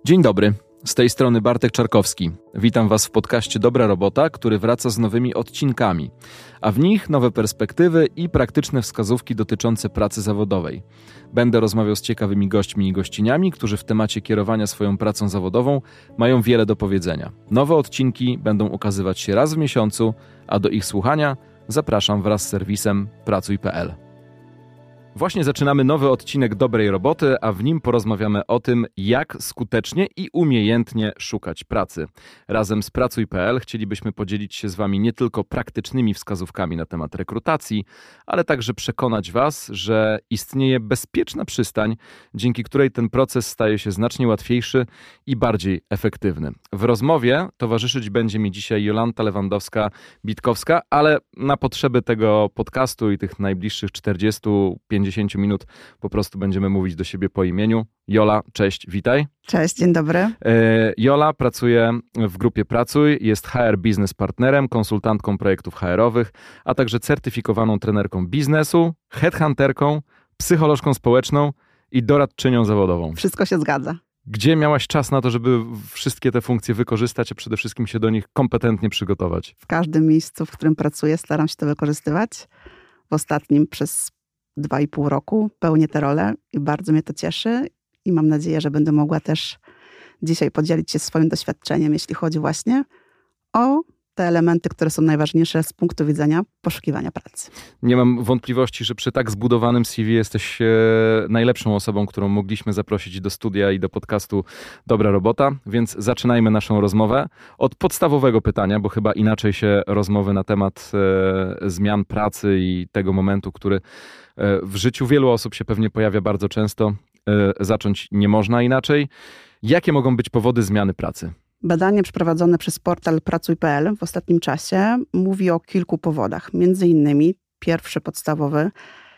Dzień dobry, z tej strony Bartek Czarkowski. Witam Was w podcaście Dobra Robota, który wraca z nowymi odcinkami, a w nich nowe perspektywy i praktyczne wskazówki dotyczące pracy zawodowej. Będę rozmawiał z ciekawymi gośćmi i gościniami, którzy w temacie kierowania swoją pracą zawodową mają wiele do powiedzenia. Nowe odcinki będą ukazywać się raz w miesiącu, a do ich słuchania zapraszam wraz z serwisem pracuj.pl. Właśnie zaczynamy nowy odcinek Dobrej Roboty, a w nim porozmawiamy o tym, jak skutecznie i umiejętnie szukać pracy. Razem z pracuj.pl chcielibyśmy podzielić się z Wami nie tylko praktycznymi wskazówkami na temat rekrutacji, ale także przekonać Was, że istnieje bezpieczna przystań, dzięki której ten proces staje się znacznie łatwiejszy i bardziej efektywny. W rozmowie towarzyszyć będzie mi dzisiaj Jolanta Lewandowska-Bitkowska, ale na potrzeby tego podcastu i tych najbliższych 40-50 minut po prostu będziemy mówić do siebie po imieniu. Jola, cześć, witaj. Cześć, dzień dobry. Jola pracuje w grupie Pracuj, jest HR Business Partnerem, konsultantką projektów HR-owych, a także certyfikowaną trenerką biznesu, headhunterką, psycholożką społeczną i doradczynią zawodową. Wszystko się zgadza. Gdzie miałaś czas na to, żeby wszystkie te funkcje wykorzystać, a przede wszystkim się do nich kompetentnie przygotować? W każdym miejscu, w którym pracuję, staram się to wykorzystywać. W ostatnim przez 2,5 roku pełnię tę rolę i bardzo mnie to cieszy i mam nadzieję, że będę mogła też dzisiaj podzielić się swoim doświadczeniem, jeśli chodzi właśnie o te elementy, które są najważniejsze z punktu widzenia poszukiwania pracy. Nie mam wątpliwości, że przy tak zbudowanym CV jesteś najlepszą osobą, którą mogliśmy zaprosić do studia i do podcastu Dobra Robota, więc zaczynajmy naszą rozmowę od podstawowego pytania, bo chyba inaczej się rozmowy na temat zmian pracy i tego momentu, który w życiu wielu osób się pewnie pojawia bardzo często, zacząć nie można inaczej. Jakie mogą być powody zmiany pracy? Badanie przeprowadzone przez portal pracuj.pl w ostatnim czasie mówi o kilku powodach. Między innymi pierwszy podstawowy,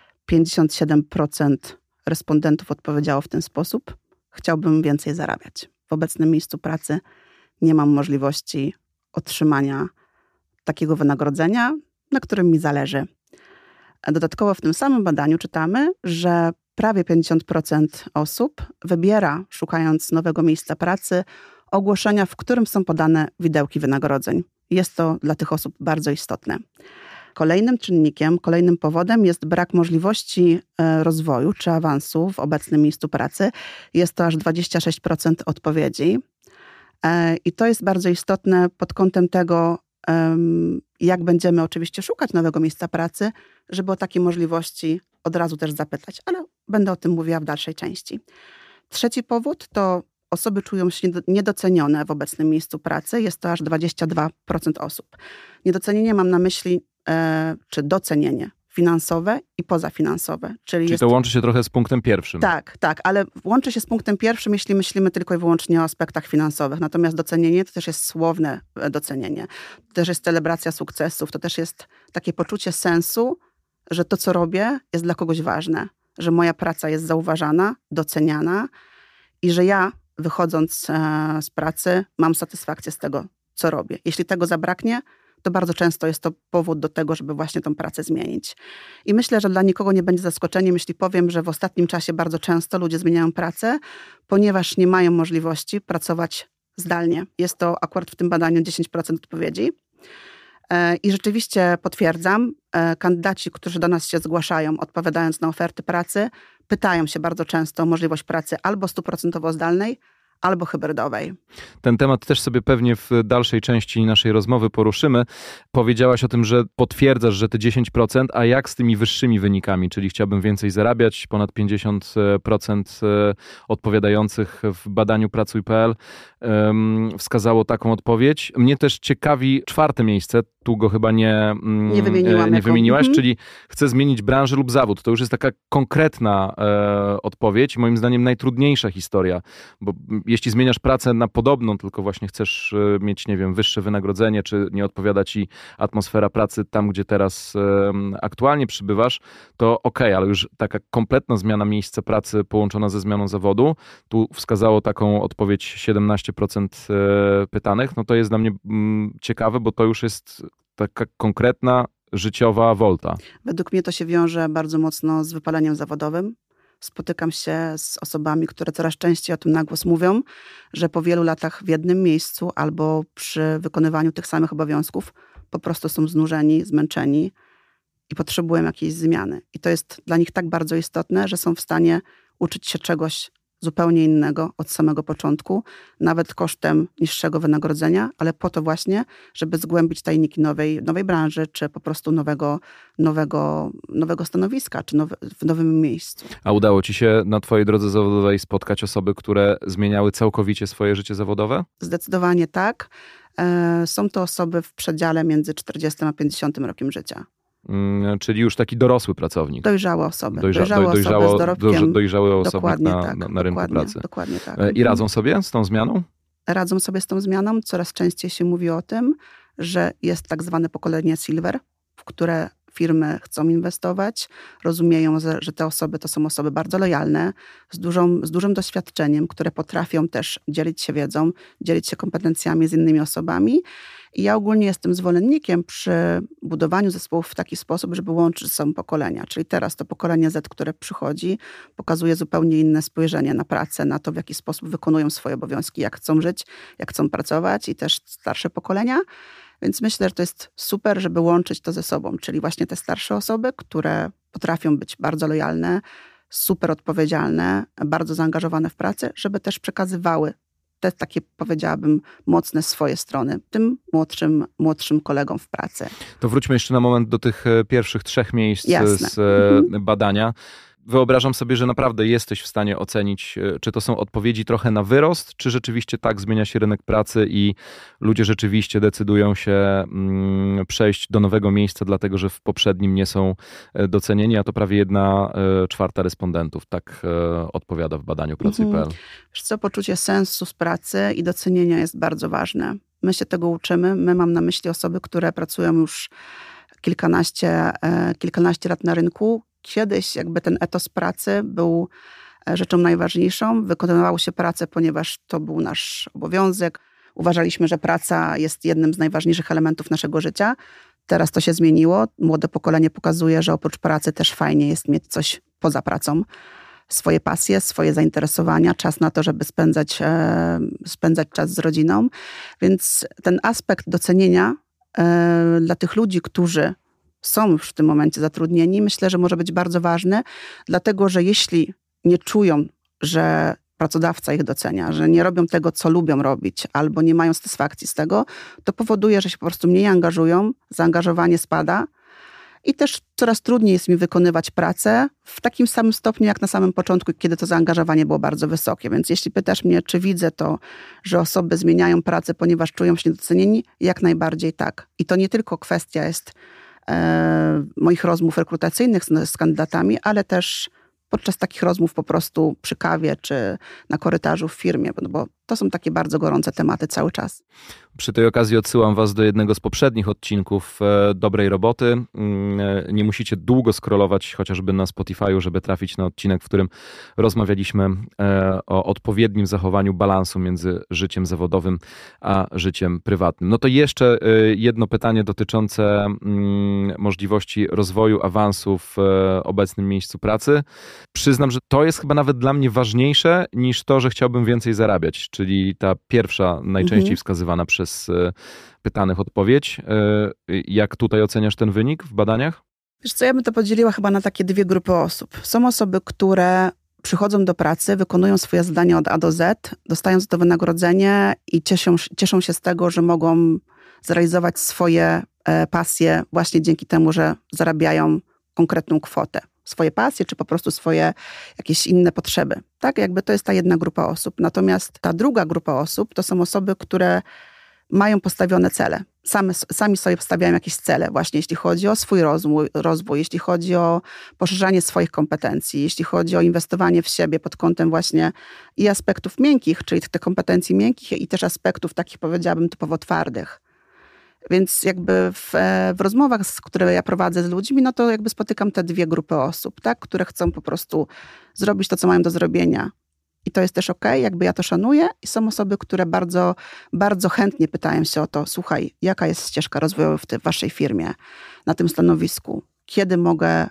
57% respondentów odpowiedziało w ten sposób: chciałbym więcej zarabiać. W obecnym miejscu pracy nie mam możliwości otrzymania takiego wynagrodzenia, na którym mi zależy. Dodatkowo w tym samym badaniu czytamy, że prawie 50% osób wybiera, szukając nowego miejsca pracy, ogłoszenia, w którym są podane widełki wynagrodzeń. Jest to dla tych osób bardzo istotne. Kolejnym czynnikiem, kolejnym powodem jest brak możliwości rozwoju czy awansu w obecnym miejscu pracy. Jest to aż 26% odpowiedzi. I to jest bardzo istotne pod kątem tego, jak będziemy oczywiście szukać nowego miejsca pracy, żeby o takie możliwości od razu też zapytać, ale będę o tym mówiła w dalszej części. Trzeci powód to osoby czują się niedocenione w obecnym miejscu pracy. Jest to aż 22% osób. Niedocenienie mam na myśli, czy docenienie finansowe i pozafinansowe. Czyli to łączy się trochę z punktem pierwszym. Tak, ale łączy się z punktem pierwszym, jeśli myślimy tylko i wyłącznie o aspektach finansowych. Natomiast docenienie to też jest słowne docenienie. To też jest celebracja sukcesów. To też jest takie poczucie sensu, że to, co robię, jest dla kogoś ważne. Że moja praca jest zauważana, doceniana i że ja, wychodząc z pracy, mam satysfakcję z tego, co robię. Jeśli tego zabraknie, to bardzo często jest to powód do tego, żeby właśnie tą pracę zmienić. I myślę, że dla nikogo nie będzie zaskoczeniem, jeśli powiem, że w ostatnim czasie bardzo często ludzie zmieniają pracę, ponieważ nie mają możliwości pracować zdalnie. Jest to akurat w tym badaniu 10% odpowiedzi. I rzeczywiście potwierdzam, kandydaci, którzy do nas się zgłaszają, odpowiadając na oferty pracy, pytają się bardzo często o możliwość pracy albo 100% zdalnej, albo hybrydowej. Ten temat też sobie pewnie w dalszej części naszej rozmowy poruszymy. Powiedziałaś o tym, że potwierdzasz, że te 10%, a jak z tymi wyższymi wynikami, czyli chciałbym więcej zarabiać, ponad 50% odpowiadających w badaniu pracuj.pl wskazało taką odpowiedź. Mnie też ciekawi czwarte miejsce, tu go chyba nie wymieniłaś, czyli chcę zmienić branżę lub zawód. To już jest taka konkretna odpowiedź, moim zdaniem najtrudniejsza historia, bo jeśli zmieniasz pracę na podobną, tylko właśnie chcesz mieć, nie wiem, wyższe wynagrodzenie, czy nie odpowiada ci atmosfera pracy tam, gdzie teraz aktualnie przybywasz, to okej, ale już taka kompletna zmiana miejsca pracy połączona ze zmianą zawodu, tu wskazało taką odpowiedź 17% pytanych, no to jest dla mnie ciekawe, bo to już jest taka konkretna, życiowa wolta. Według mnie to się wiąże bardzo mocno z wypaleniem zawodowym, spotykam się z osobami, które coraz częściej o tym na głos mówią, że po wielu latach w jednym miejscu albo przy wykonywaniu tych samych obowiązków po prostu są znużeni, zmęczeni i potrzebują jakiejś zmiany. I to jest dla nich tak bardzo istotne, że są w stanie uczyć się czegoś zupełnie innego od samego początku, nawet kosztem niższego wynagrodzenia, ale po to właśnie, żeby zgłębić tajniki nowej branży, czy po prostu nowego stanowiska, czy w nowym miejscu. A udało ci się na twojej drodze zawodowej spotkać osoby, które zmieniały całkowicie swoje życie zawodowe? Zdecydowanie tak. Są to osoby w przedziale między 40 a 50 rokiem życia. Czyli już taki dorosły pracownik. Dojrzałe osoby. Osoby z dorobkiem. Dojrzały osobnik na rynku pracy. Dokładnie tak. I radzą sobie z tą zmianą? Radzą sobie z tą zmianą. Coraz częściej się mówi o tym, że jest tak zwane pokolenie silver, w które firmy chcą inwestować, rozumieją, że te osoby to są osoby bardzo lojalne, z dużym doświadczeniem, które potrafią też dzielić się wiedzą, dzielić się kompetencjami z innymi osobami. I ja ogólnie jestem zwolennikiem przy budowaniu zespołów w taki sposób, żeby łączyć ze sobą pokolenia. Czyli teraz to pokolenie Z, które przychodzi, pokazuje zupełnie inne spojrzenie na pracę, na to, w jaki sposób wykonują swoje obowiązki, jak chcą żyć, jak chcą pracować, i też starsze pokolenia. Więc myślę, że to jest super, żeby łączyć to ze sobą, czyli właśnie te starsze osoby, które potrafią być bardzo lojalne, super odpowiedzialne, bardzo zaangażowane w pracę, żeby też przekazywały te takie, powiedziałabym, mocne swoje strony tym młodszym kolegom w pracy. To wróćmy jeszcze na moment do tych pierwszych 3 miejsc z badania. Wyobrażam sobie, że naprawdę jesteś w stanie ocenić, czy to są odpowiedzi trochę na wyrost, czy rzeczywiście tak zmienia się rynek pracy i ludzie rzeczywiście decydują się przejść do nowego miejsca, dlatego że w poprzednim nie są docenieni, a to prawie 1/4 respondentów tak odpowiada w badaniu Pracuj.pl. Wiesz co, poczucie sensu z pracy i docenienia jest bardzo ważne. My się tego uczymy. My, mam na myśli osoby, które pracują już kilkanaście lat na rynku. Kiedyś jakby ten etos pracy był rzeczą najważniejszą. Wykonywało się pracę, ponieważ to był nasz obowiązek. Uważaliśmy, że praca jest jednym z najważniejszych elementów naszego życia. Teraz to się zmieniło. Młode pokolenie pokazuje, że oprócz pracy też fajnie jest mieć coś poza pracą. Swoje pasje, swoje zainteresowania, czas na to, żeby spędzać czas z rodziną. Więc ten aspekt docenienia dla tych ludzi, którzy są już w tym momencie zatrudnieni, myślę, że może być bardzo ważny, dlatego że jeśli nie czują, że pracodawca ich docenia, że nie robią tego, co lubią robić, albo nie mają satysfakcji z tego, to powoduje, że się po prostu mniej angażują, zaangażowanie spada i też coraz trudniej jest mi wykonywać pracę w takim samym stopniu, jak na samym początku, kiedy to zaangażowanie było bardzo wysokie. Więc jeśli pytasz mnie, czy widzę to, że osoby zmieniają pracę, ponieważ czują się niedocenieni, jak najbardziej tak. I to nie tylko kwestia jest moich rozmów rekrutacyjnych z kandydatami, ale też podczas takich rozmów po prostu przy kawie czy na korytarzu w firmie, bo to są takie bardzo gorące tematy cały czas. Przy tej okazji odsyłam was do jednego z poprzednich odcinków Dobrej Roboty. Nie musicie długo scrollować chociażby na Spotify'u, żeby trafić na odcinek, w którym rozmawialiśmy o odpowiednim zachowaniu balansu między życiem zawodowym a życiem prywatnym. No to jeszcze jedno pytanie dotyczące możliwości rozwoju, awansu w obecnym miejscu pracy. Przyznam, że to jest chyba nawet dla mnie ważniejsze niż to, że chciałbym więcej zarabiać, czyli ta pierwsza, najczęściej wskazywana przez pytanych odpowiedź. Jak tutaj oceniasz ten wynik w badaniach? Wiesz co, ja bym to podzieliła chyba na takie 2 grupy osób. Są osoby, które przychodzą do pracy, wykonują swoje zadania od A do Z, dostają za to wynagrodzenie i cieszą się z tego, że mogą zrealizować swoje pasje właśnie dzięki temu, że zarabiają konkretną kwotę. Swoje pasje, czy po prostu swoje jakieś inne potrzeby. Tak, jakby to jest ta jedna grupa osób. Natomiast ta druga grupa osób to są osoby, które mają postawione cele. Sami sobie stawiają jakieś cele, właśnie jeśli chodzi o swój rozwój, jeśli chodzi o poszerzanie swoich kompetencji, jeśli chodzi o inwestowanie w siebie pod kątem właśnie i aspektów miękkich, czyli tych kompetencji miękkich, i też aspektów takich, powiedziałabym, typowo twardych. Więc jakby w rozmowach, które ja prowadzę z ludźmi, no to jakby spotykam te 2 grupy osób, tak, które chcą po prostu zrobić to, co mają do zrobienia. I to jest też okej, jakby ja to szanuję. I są osoby, które bardzo, bardzo chętnie pytają się o to: słuchaj, jaka jest ścieżka rozwojowa w waszej firmie, na tym stanowisku? Kiedy mogę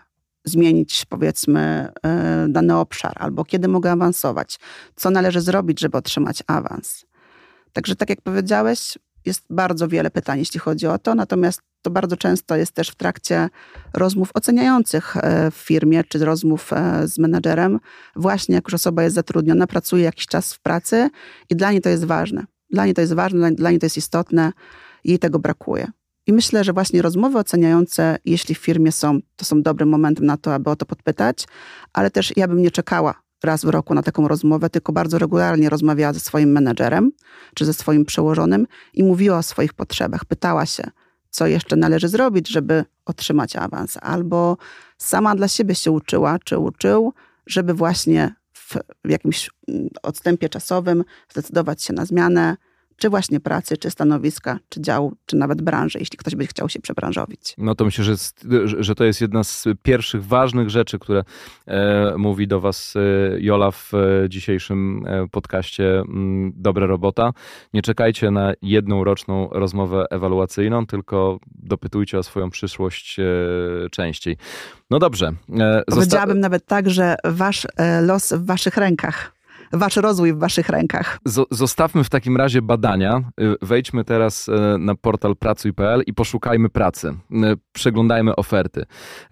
zmienić, powiedzmy, dany obszar, albo kiedy mogę awansować, co należy zrobić, żeby otrzymać awans. Także tak jak powiedziałeś, jest bardzo wiele pytań, jeśli chodzi o to, natomiast to bardzo często jest też w trakcie rozmów oceniających w firmie, czy rozmów z menadżerem, właśnie jak już osoba jest zatrudniona, pracuje jakiś czas w pracy i dla niej to jest ważne. Dla niej to jest ważne, dla niej to jest istotne, jej tego brakuje. I myślę, że właśnie rozmowy oceniające, jeśli w firmie są, to są dobrym momentem na to, aby o to podpytać, ale też ja bym nie czekała raz w roku na taką rozmowę, tylko bardzo regularnie rozmawiała ze swoim menedżerem, czy ze swoim przełożonym i mówiła o swoich potrzebach. Pytała się, co jeszcze należy zrobić, żeby otrzymać awans. Albo sama dla siebie się uczyła, czy uczył, żeby właśnie w jakimś odstępie czasowym zdecydować się na zmianę, czy właśnie pracy, czy stanowiska, czy działu, czy nawet branży, jeśli ktoś by chciał się przebranżowić. No to myślę, że to jest jedna z pierwszych ważnych rzeczy, które mówi do was Jola w dzisiejszym podcaście Dobra Robota. Nie czekajcie na jedną roczną rozmowę ewaluacyjną, tylko dopytujcie o swoją przyszłość częściej. No dobrze. Powiedziałabym nawet tak, że wasz los w waszych rękach. Wasz rozwój w waszych rękach. Zostawmy w takim razie badania. Wejdźmy teraz na portal pracuj.pl i poszukajmy pracy. Przeglądajmy oferty.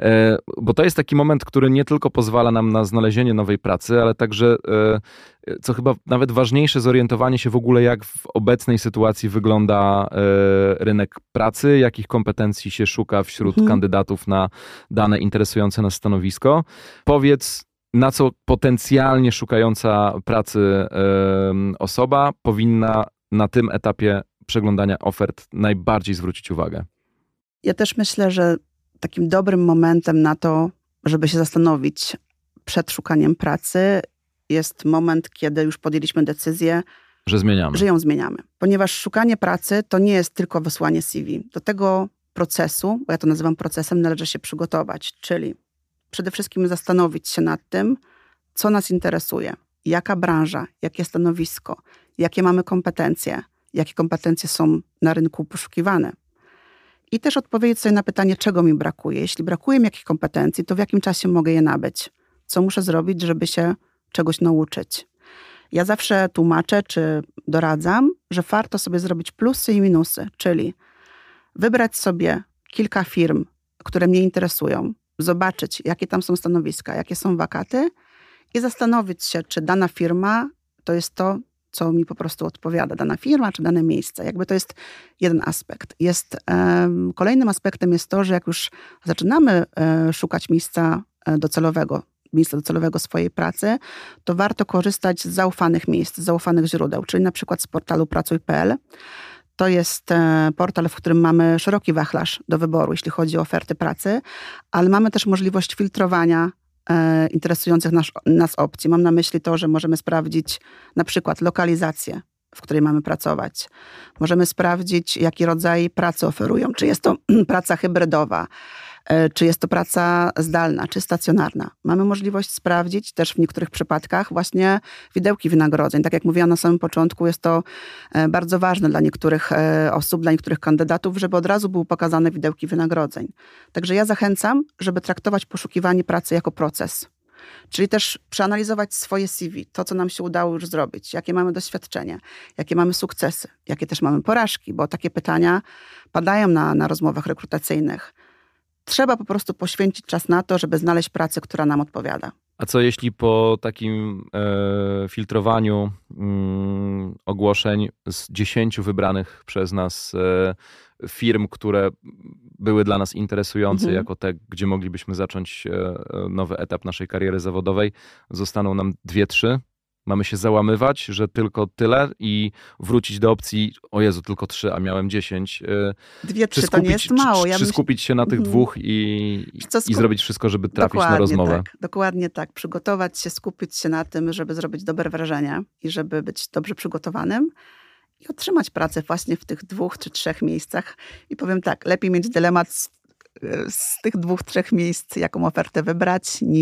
Bo to jest taki moment, który nie tylko pozwala nam na znalezienie nowej pracy, ale także, co chyba nawet ważniejsze, zorientowanie się w ogóle, jak w obecnej sytuacji wygląda rynek pracy, jakich kompetencji się szuka wśród kandydatów na dane interesujące nas stanowisko. Powiedz, na co potencjalnie szukająca pracy osoba powinna na tym etapie przeglądania ofert najbardziej zwrócić uwagę? Ja też myślę, że takim dobrym momentem na to, żeby się zastanowić przed szukaniem pracy, jest moment, kiedy już podjęliśmy decyzję, że ją zmieniamy. Ponieważ szukanie pracy to nie jest tylko wysłanie CV. Do tego procesu, bo ja to nazywam procesem, należy się przygotować, czyli przede wszystkim zastanowić się nad tym, co nas interesuje, jaka branża, jakie stanowisko, jakie mamy kompetencje, jakie kompetencje są na rynku poszukiwane. I też odpowiedzieć sobie na pytanie, czego mi brakuje. Jeśli brakuje mi jakichś kompetencji, to w jakim czasie mogę je nabyć? Co muszę zrobić, żeby się czegoś nauczyć? Ja zawsze tłumaczę, czy doradzam, że warto sobie zrobić plusy i minusy, czyli wybrać sobie kilka firm, które mnie interesują, zobaczyć, jakie tam są stanowiska, jakie są wakaty i zastanowić się, czy dana firma to jest to, co mi po prostu odpowiada. Dana firma, czy dane miejsce. Jakby to jest jeden aspekt. Kolejnym aspektem jest to, że jak już zaczynamy szukać miejsca docelowego swojej pracy, to warto korzystać z zaufanych miejsc, z zaufanych źródeł, czyli na przykład z portalu pracuj.pl. To jest portal, w którym mamy szeroki wachlarz do wyboru, jeśli chodzi o oferty pracy, ale mamy też możliwość filtrowania interesujących nas opcji. Mam na myśli to, że możemy sprawdzić na przykład lokalizację, w której mamy pracować. Możemy sprawdzić, jaki rodzaj pracy oferują. Czy jest to praca hybrydowa, czy jest to praca zdalna, czy stacjonarna. Mamy możliwość sprawdzić też w niektórych przypadkach właśnie widełki wynagrodzeń. Tak jak mówiłam na samym początku, jest to bardzo ważne dla niektórych osób, dla niektórych kandydatów, żeby od razu były pokazane widełki wynagrodzeń. Także ja zachęcam, żeby traktować poszukiwanie pracy jako proces. Czyli też przeanalizować swoje CV, to co nam się udało już zrobić, jakie mamy doświadczenie, jakie mamy sukcesy, jakie też mamy porażki, bo takie pytania padają na rozmowach rekrutacyjnych. Trzeba po prostu poświęcić czas na to, żeby znaleźć pracę, która nam odpowiada. A co jeśli po takim filtrowaniu ogłoszeń z 10 wybranych przez nas firm, które były dla nas interesujące jako te, gdzie moglibyśmy zacząć nowy etap naszej kariery zawodowej, zostaną nam 2-3? Mamy się załamywać, że tylko tyle i wrócić do opcji, o Jezu, tylko 3, a miałem 10. 2-3 to nie jest mało. Czy skupić się na tych 2 i zrobić wszystko, żeby trafić na rozmowę? Dokładnie tak. Przygotować się, skupić się na tym, żeby zrobić dobre wrażenie i żeby być dobrze przygotowanym i otrzymać pracę właśnie w tych 2 czy 3 miejscach. I powiem tak, lepiej mieć dylemat z tych 2-3 miejsc, jaką ofertę wybrać, niż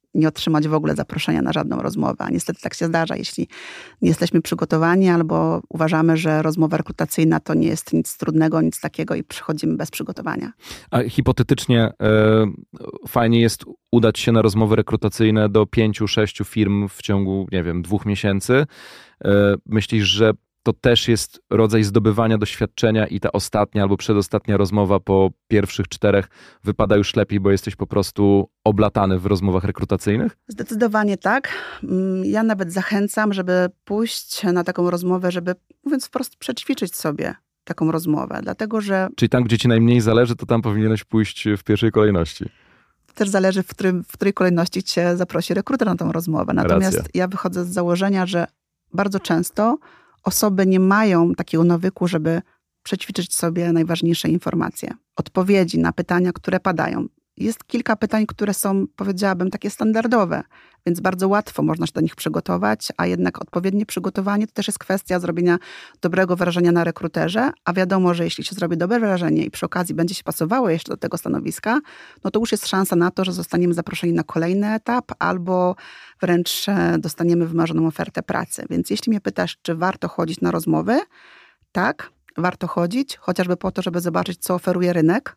nie otrzymać w ogóle zaproszenia na żadną rozmowę. A niestety tak się zdarza, jeśli nie jesteśmy przygotowani albo uważamy, że rozmowa rekrutacyjna to nie jest nic trudnego, nic takiego i przychodzimy bez przygotowania. A hipotetycznie fajnie jest udać się na rozmowy rekrutacyjne do 5-6 firm w ciągu, 2 miesięcy. Myślisz, że to też jest rodzaj zdobywania doświadczenia i ta ostatnia albo przedostatnia rozmowa po pierwszych 4 wypada już lepiej, bo jesteś po prostu oblatany w rozmowach rekrutacyjnych? Zdecydowanie tak. Ja nawet zachęcam, żeby pójść na taką rozmowę, żeby, mówiąc wprost, przećwiczyć sobie taką rozmowę, dlatego że... Czyli tam, gdzie ci najmniej zależy, to tam powinieneś pójść w pierwszej kolejności. Też zależy, w której kolejności cię zaprosi rekruter na tą rozmowę. Natomiast Racja. Ja wychodzę z założenia, że bardzo często osoby nie mają takiego nawyku, żeby przećwiczyć sobie najważniejsze informacje. Odpowiedzi na pytania, które padają. Jest kilka pytań, które są, powiedziałabym, takie standardowe, więc bardzo łatwo można się do nich przygotować, a jednak odpowiednie przygotowanie to też jest kwestia zrobienia dobrego wrażenia na rekruterze, a wiadomo, że jeśli się zrobi dobre wrażenie i przy okazji będzie się pasowało jeszcze do tego stanowiska, no to już jest szansa na to, że zostaniemy zaproszeni na kolejny etap albo wręcz dostaniemy wymarzoną ofertę pracy. Więc jeśli mnie pytasz, czy warto chodzić na rozmowy, tak, warto chodzić, chociażby po to, żeby zobaczyć, co oferuje rynek,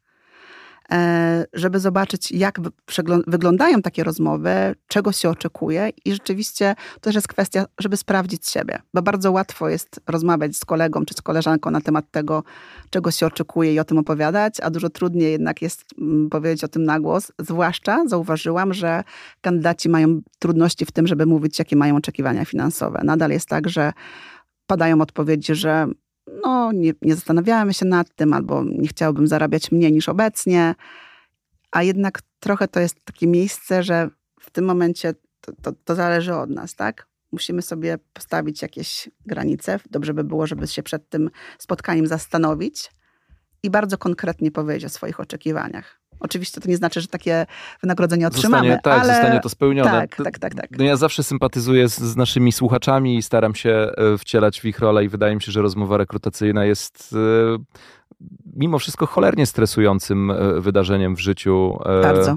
żeby zobaczyć, jak wyglądają takie rozmowy, czego się oczekuje i rzeczywiście to też jest kwestia, żeby sprawdzić siebie, bo bardzo łatwo jest rozmawiać z kolegą czy z koleżanką na temat tego, czego się oczekuje i o tym opowiadać, a dużo trudniej jednak jest powiedzieć o tym na głos. Zwłaszcza zauważyłam, że kandydaci mają trudności w tym, żeby mówić, jakie mają oczekiwania finansowe. Nadal jest tak, że padają odpowiedzi, że nie zastanawiałem się nad tym, albo nie chciałbym zarabiać mniej niż obecnie, a jednak trochę to jest takie miejsce, że w tym momencie to zależy od nas, tak? Musimy sobie postawić jakieś granice. Dobrze by było, żeby się przed tym spotkaniem zastanowić i bardzo konkretnie powiedzieć o swoich oczekiwaniach. Oczywiście to nie znaczy, że takie wynagrodzenie otrzymamy, ale... Zostanie to spełnione. Tak. No ja zawsze sympatyzuję z naszymi słuchaczami i staram się wcielać w ich rolę i wydaje mi się, że rozmowa rekrutacyjna jest mimo wszystko cholernie stresującym wydarzeniem w życiu. Bardzo.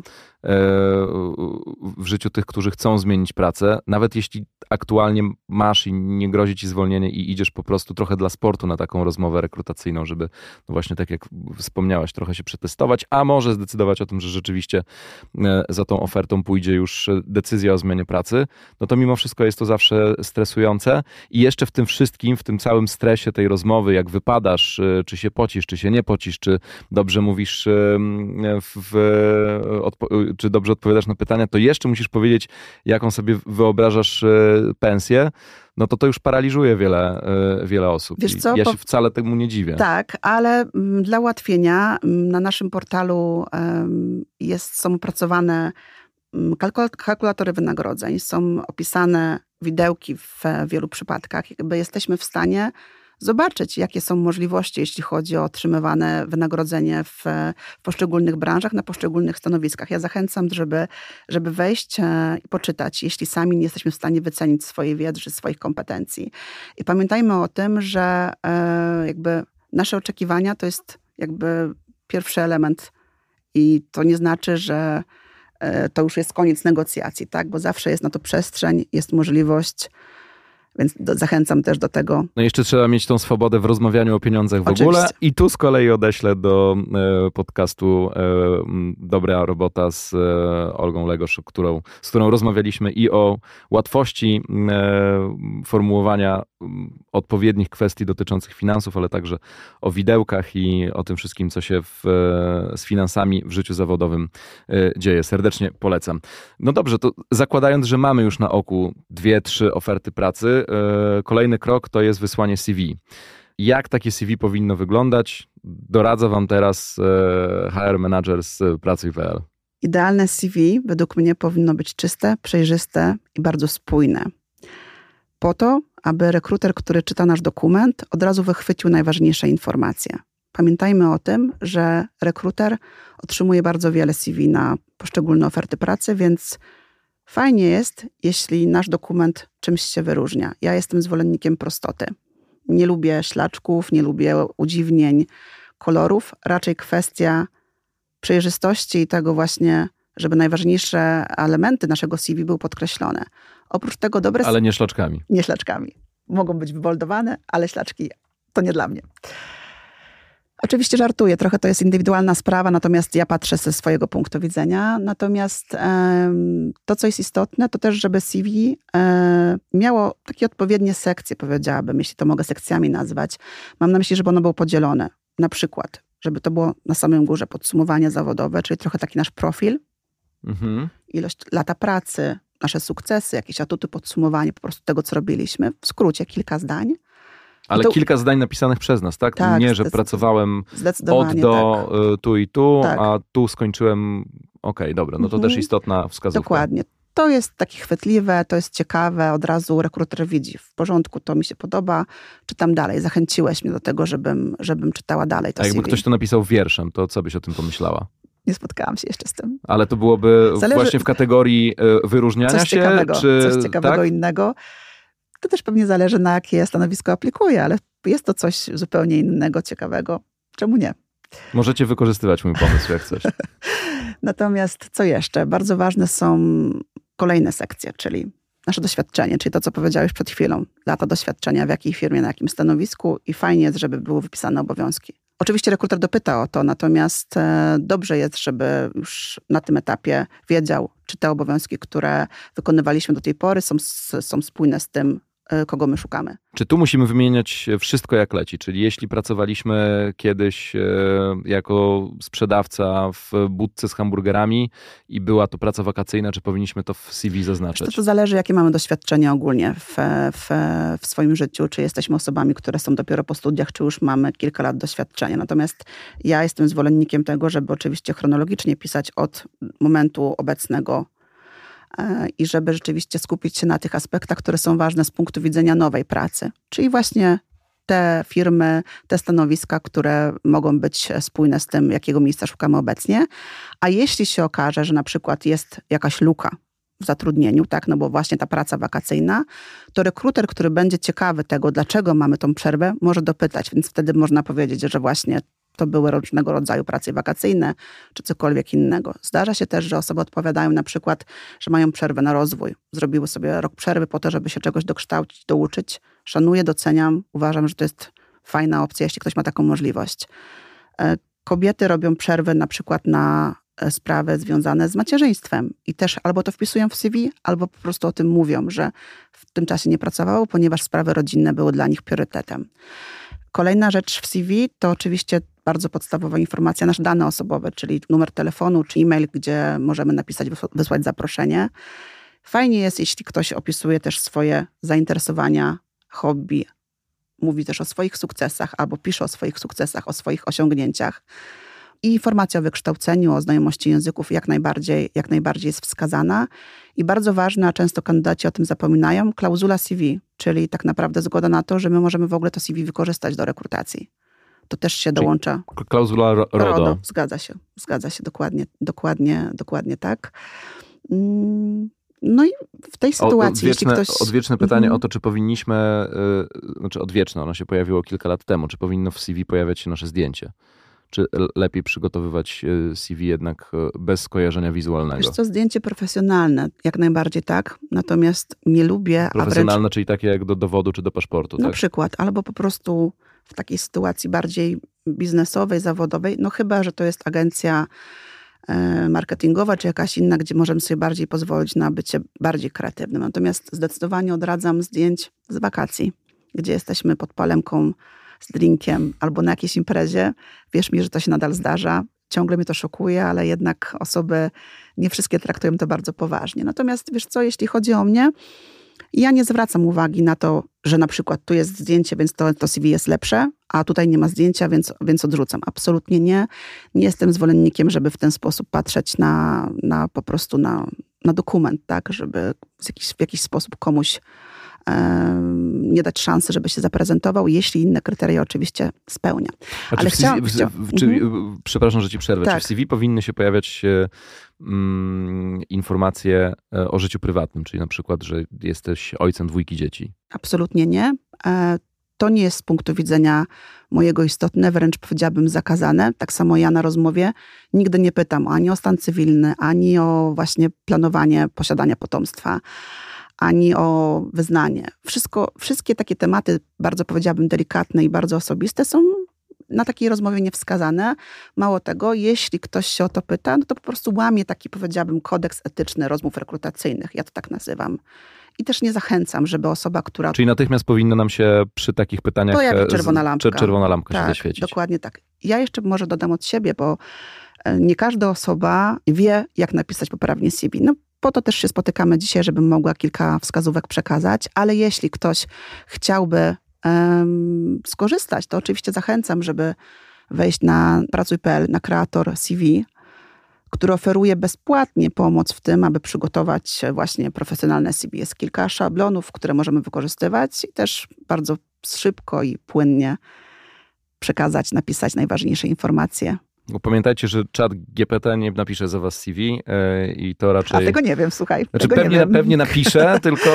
W życiu tych, którzy chcą zmienić pracę. Nawet jeśli aktualnie masz i nie grozi ci zwolnienie i idziesz po prostu trochę dla sportu na taką rozmowę rekrutacyjną, żeby właśnie tak jak wspomniałaś, trochę się przetestować, a może zdecydować o tym, że rzeczywiście za tą ofertą pójdzie już decyzja o zmianie pracy, no to mimo wszystko jest to zawsze stresujące i jeszcze w tym wszystkim, w tym całym stresie tej rozmowy, jak wypadasz, czy się pocisz, czy się nie pocisz, czy dobrze mówisz czy dobrze odpowiadasz na pytania, to jeszcze musisz powiedzieć, jaką sobie wyobrażasz pensję, no to już paraliżuje wiele osób. Wiesz co? Ja się wcale temu nie dziwię. Tak, ale dla ułatwienia na naszym portalu są opracowane kalkulatory wynagrodzeń, są opisane widełki w wielu przypadkach. Jakby jesteśmy w stanie zobaczyć, jakie są możliwości, jeśli chodzi o otrzymywane wynagrodzenie w poszczególnych branżach, na poszczególnych stanowiskach. Ja zachęcam, żeby wejść i poczytać, jeśli sami nie jesteśmy w stanie wycenić swojej wiedzy czy swoich kompetencji. I pamiętajmy o tym, że jakby nasze oczekiwania to jest jakby pierwszy element i to nie znaczy, że to już jest koniec negocjacji, tak? Bo zawsze jest na to przestrzeń, jest możliwość. Więc zachęcam też do tego. No jeszcze trzeba mieć tą swobodę w rozmawianiu o pieniądzach w ogóle. I tu z kolei odeślę do podcastu Dobra Robota z Olgą Legosz, z którą rozmawialiśmy i o łatwości formułowania odpowiednich kwestii dotyczących finansów, ale także o widełkach i o tym wszystkim, co się z finansami w życiu zawodowym dzieje. Serdecznie polecam. No dobrze, to zakładając, że mamy już na oku 2-3 oferty pracy, kolejny krok to jest wysłanie CV. Jak takie CV powinno wyglądać? Doradza wam teraz HR Manager z Pracuj.pl. Idealne CV według mnie powinno być czyste, przejrzyste i bardzo spójne. Po to, aby rekruter, który czyta nasz dokument, od razu wychwycił najważniejsze informacje. Pamiętajmy o tym, że rekruter otrzymuje bardzo wiele CV na poszczególne oferty pracy, więc fajnie jest, jeśli nasz dokument czymś się wyróżnia. Ja jestem zwolennikiem prostoty. Nie lubię ślaczków, nie lubię udziwnień, kolorów. Raczej kwestia przejrzystości i tego właśnie żeby najważniejsze elementy naszego CV były podkreślone. Oprócz tego dobre... Ale nie szlaczkami. Nie szlaczkami. Mogą być wyboldowane, ale szlaczki to nie dla mnie. Oczywiście żartuję, trochę to jest indywidualna sprawa, natomiast ja patrzę ze swojego punktu widzenia. Natomiast to, co jest istotne, to też, żeby CV miało takie odpowiednie sekcje, powiedziałabym, jeśli to mogę sekcjami nazwać. Mam na myśli, żeby ono było podzielone. Na przykład, żeby to było na samym górze podsumowanie zawodowe, czyli trochę taki nasz profil, ilość lata pracy, nasze sukcesy, jakieś atuty, podsumowanie po prostu tego, co robiliśmy. W skrócie kilka zdań. Ale kilka zdań napisanych przez nas, tak? Tak, nie, że pracowałem od do tu i tu, a tu skończyłem. Okej, dobra, no to też istotna wskazówka. Dokładnie. To jest takie chwytliwe, to jest ciekawe, od razu rekruter widzi. W porządku, to mi się podoba, czytam dalej. Zachęciłeś mnie do tego, żebym czytała dalej to A jakby CV. ktoś to napisał wierszem, to co byś o tym pomyślała? Nie spotkałam się jeszcze z tym. Ale to byłoby właśnie w kategorii wyróżniania coś się? Coś ciekawego innego. To też pewnie zależy, na jakie stanowisko aplikuję, ale jest to coś zupełnie innego, ciekawego. Czemu nie? Możecie wykorzystywać mój pomysł, jak coś. Natomiast co jeszcze? Bardzo ważne są kolejne sekcje, czyli nasze doświadczenie, czyli to, co powiedziałeś przed chwilą. Lata doświadczenia, w jakiej firmie, na jakim stanowisku i fajnie jest, żeby były wypisane obowiązki. Oczywiście rekruter dopyta o to, natomiast dobrze jest, żeby już na tym etapie wiedział, czy te obowiązki, które wykonywaliśmy do tej pory, są spójne z tym, kogo my szukamy. Czy tu musimy wymieniać wszystko jak leci? Czyli jeśli pracowaliśmy kiedyś jako sprzedawca w budce z hamburgerami i była to praca wakacyjna, czy powinniśmy to w CV zaznaczyć? To zależy, jakie mamy doświadczenie ogólnie w swoim życiu. Czy jesteśmy osobami, które są dopiero po studiach, czy już mamy kilka lat doświadczenia. Natomiast ja jestem zwolennikiem tego, żeby oczywiście chronologicznie pisać od momentu obecnego i żeby rzeczywiście skupić się na tych aspektach, które są ważne z punktu widzenia nowej pracy. Czyli właśnie te firmy, te stanowiska, które mogą być spójne z tym, jakiego miejsca szukamy obecnie. A jeśli się okaże, że na przykład jest jakaś luka w zatrudnieniu, tak, no bo właśnie ta praca wakacyjna, to rekruter, który będzie ciekawy tego, dlaczego mamy tą przerwę, może dopytać, więc wtedy można powiedzieć, że właśnie to były różnego rodzaju prace wakacyjne, czy cokolwiek innego. Zdarza się też, że osoby odpowiadają na przykład, że mają przerwę na rozwój. Zrobiły sobie rok przerwy po to, żeby się czegoś dokształcić, douczyć. Szanuję, doceniam. Uważam, że to jest fajna opcja, jeśli ktoś ma taką możliwość. Kobiety robią przerwy na przykład na sprawy związane z macierzyństwem i też albo to wpisują w CV, albo po prostu o tym mówią, że w tym czasie nie pracowało, ponieważ sprawy rodzinne były dla nich priorytetem. Kolejna rzecz w CV to oczywiście bardzo podstawowa informacja, nasze dane osobowe, czyli numer telefonu czy e-mail, gdzie możemy napisać, wysłać zaproszenie. Fajnie jest, jeśli ktoś opisuje też swoje zainteresowania, hobby, mówi też o swoich sukcesach albo pisze o swoich sukcesach, o swoich osiągnięciach. I informacja o wykształceniu, o znajomości języków jak najbardziej jest wskazana. I bardzo ważna, często kandydaci o tym zapominają, klauzula CV, czyli tak naprawdę zgoda na to, że my możemy w ogóle to CV wykorzystać do rekrutacji. To też się dołącza. Klauzula RODO. Zgadza się, dokładnie tak. No i w tej sytuacji, jeśli ktoś... Odwieczne pytanie o to, czy powinniśmy, znaczy odwieczne, ono się pojawiło kilka lat temu, czy powinno w CV pojawiać się nasze zdjęcie? Czy lepiej przygotowywać CV jednak bez skojarzenia wizualnego? Wiesz co, zdjęcie profesjonalne, jak najbardziej tak, natomiast nie lubię... Profesjonalne, czyli takie jak do dowodu czy do paszportu, na tak? przykład, albo po prostu w takiej sytuacji bardziej biznesowej, zawodowej, no chyba, że to jest agencja marketingowa czy jakaś inna, gdzie możemy sobie bardziej pozwolić na bycie bardziej kreatywnym. Natomiast zdecydowanie odradzam zdjęć z wakacji, gdzie jesteśmy pod palemką z drinkiem albo na jakiejś imprezie. Wierz mi, że to się nadal zdarza. Ciągle mnie to szokuje, ale jednak osoby, nie wszystkie traktują to bardzo poważnie. Natomiast wiesz co, jeśli chodzi o mnie, ja nie zwracam uwagi na to, że na przykład tu jest zdjęcie, więc to CV jest lepsze, a tutaj nie ma zdjęcia, więc odrzucam. Absolutnie nie. Nie jestem zwolennikiem, żeby w ten sposób patrzeć na po prostu na dokument, tak, żeby w jakiś sposób komuś nie dać szansy, żeby się zaprezentował, jeśli inne kryteria oczywiście spełnia. Ale przepraszam, że ci przerwę. Tak. Czy w CV powinny się pojawiać informacje o życiu prywatnym, czyli na przykład, że jesteś ojcem 2 dzieci? Absolutnie nie. to nie jest z punktu widzenia mojego istotne, wręcz powiedziałabym zakazane. Tak samo ja na rozmowie nigdy nie pytam ani o stan cywilny, ani o właśnie planowanie posiadania potomstwa, ani o wyznanie. Wszystkie takie tematy, bardzo powiedziałabym delikatne i bardzo osobiste, są na takiej rozmowie niewskazane. Mało tego, jeśli ktoś się o to pyta, no to po prostu łamie taki, powiedziałabym, kodeks etyczny rozmów rekrutacyjnych. Ja to tak nazywam. I też nie zachęcam, żeby osoba, która... Czyli natychmiast powinno nam się przy takich pytaniach pojawi czerwona lampka. Czerwona lampka tak, się zaświecić. Dokładnie tak. Ja jeszcze może dodam od siebie, bo nie każda osoba wie, jak napisać poprawnie CV. No po to też się spotykamy dzisiaj, żebym mogła kilka wskazówek przekazać, ale jeśli ktoś chciałby skorzystać, to oczywiście zachęcam, żeby wejść na pracuj.pl, na kreator CV, który oferuje bezpłatnie pomoc w tym, aby przygotować właśnie profesjonalne CV. Jest kilka szablonów, które możemy wykorzystywać i też bardzo szybko i płynnie przekazać, napisać najważniejsze informacje. Bo pamiętajcie, że czat GPT nie napisze za was CV i to raczej... A tego nie wiem, słuchaj. Znaczy pewnie napisze, tylko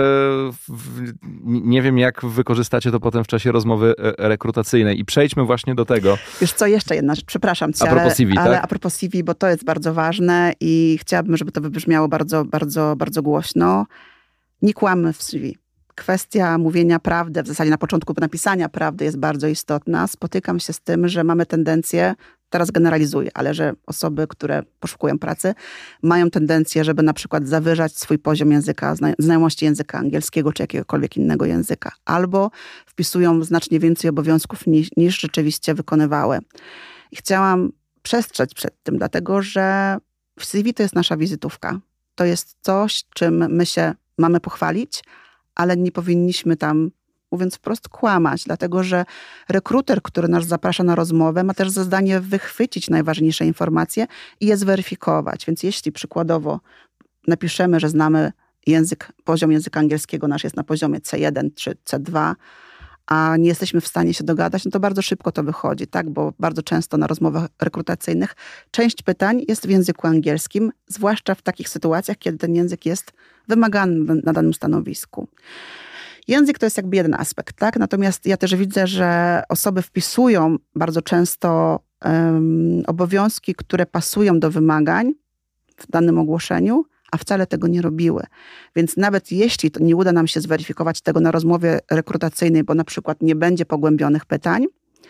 nie wiem, jak wykorzystacie to potem w czasie rozmowy rekrutacyjnej. I przejdźmy właśnie do tego. Wiesz co, jeszcze jedna rzecz, przepraszam cię, a propos CV, ale tak? a propos CV, bo to jest bardzo ważne i chciałabym, żeby to wybrzmiało bardzo, bardzo, bardzo głośno. Nie kłammy w CV. Kwestia mówienia prawdy, w zasadzie na początku napisania prawdy jest bardzo istotna. Spotykam się z tym, że mamy tendencję, teraz generalizuję, ale że osoby, które poszukują pracy, mają tendencję, żeby na przykład zawyżać swój poziom języka, znajomości języka angielskiego czy jakiegokolwiek innego języka. Albo wpisują znacznie więcej obowiązków niż rzeczywiście wykonywały. I chciałam przestrzec przed tym, dlatego że w CV to jest nasza wizytówka. To jest coś, czym my się mamy pochwalić, ale nie powinniśmy tam, mówiąc wprost, kłamać, dlatego że rekruter, który nas zaprasza na rozmowę, ma też za zadanie wychwycić najważniejsze informacje i je zweryfikować. Więc jeśli przykładowo napiszemy, że znamy poziom języka angielskiego nasz jest na poziomie C1 czy C2, a nie jesteśmy w stanie się dogadać, no to bardzo szybko to wychodzi, tak? Bo bardzo często na rozmowach rekrutacyjnych część pytań jest w języku angielskim, zwłaszcza w takich sytuacjach, kiedy ten język jest wymagany na danym stanowisku. Język to jest jakby jeden aspekt, tak? Natomiast ja też widzę, że osoby wpisują bardzo często obowiązki, które pasują do wymagań w danym ogłoszeniu, a wcale tego nie robiły. Więc nawet jeśli to nie uda nam się zweryfikować tego na rozmowie rekrutacyjnej, bo na przykład nie będzie pogłębionych pytań,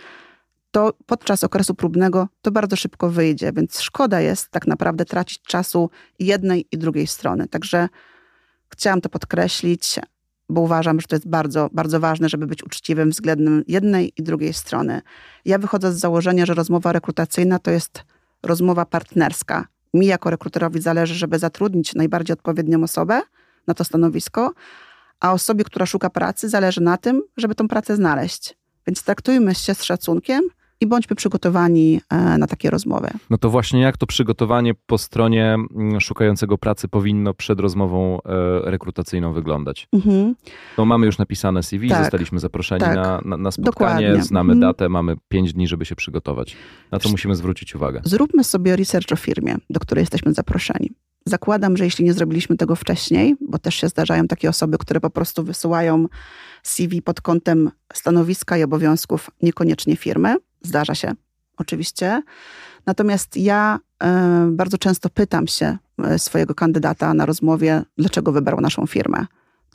to podczas okresu próbnego to bardzo szybko wyjdzie. Więc szkoda jest tak naprawdę tracić czasu jednej i drugiej strony. Także chciałam to podkreślić, bo uważam, że to jest bardzo, bardzo ważne, żeby być uczciwym względem jednej i drugiej strony. Ja wychodzę z założenia, że rozmowa rekrutacyjna to jest rozmowa partnerska. Mi jako rekruterowi zależy, żeby zatrudnić najbardziej odpowiednią osobę na to stanowisko, a osobie, która szuka pracy, zależy na tym, żeby tą pracę znaleźć. Więc traktujmy się z szacunkiem i bądźmy przygotowani na takie rozmowy. No to właśnie jak to przygotowanie po stronie szukającego pracy powinno przed rozmową rekrutacyjną wyglądać? No mamy już napisane CV, tak, zostaliśmy zaproszeni tak, na spotkanie, dokładnie. Znamy datę, mamy 5 dni, żeby się przygotować. Na co musimy zwrócić uwagę? Zróbmy sobie research o firmie, do której jesteśmy zaproszeni. Zakładam, że jeśli nie zrobiliśmy tego wcześniej, bo też się zdarzają takie osoby, które po prostu wysyłają CV pod kątem stanowiska i obowiązków, niekoniecznie firmy. Zdarza się, oczywiście. Natomiast ja bardzo często pytam się swojego kandydata na rozmowie, dlaczego wybrał naszą firmę.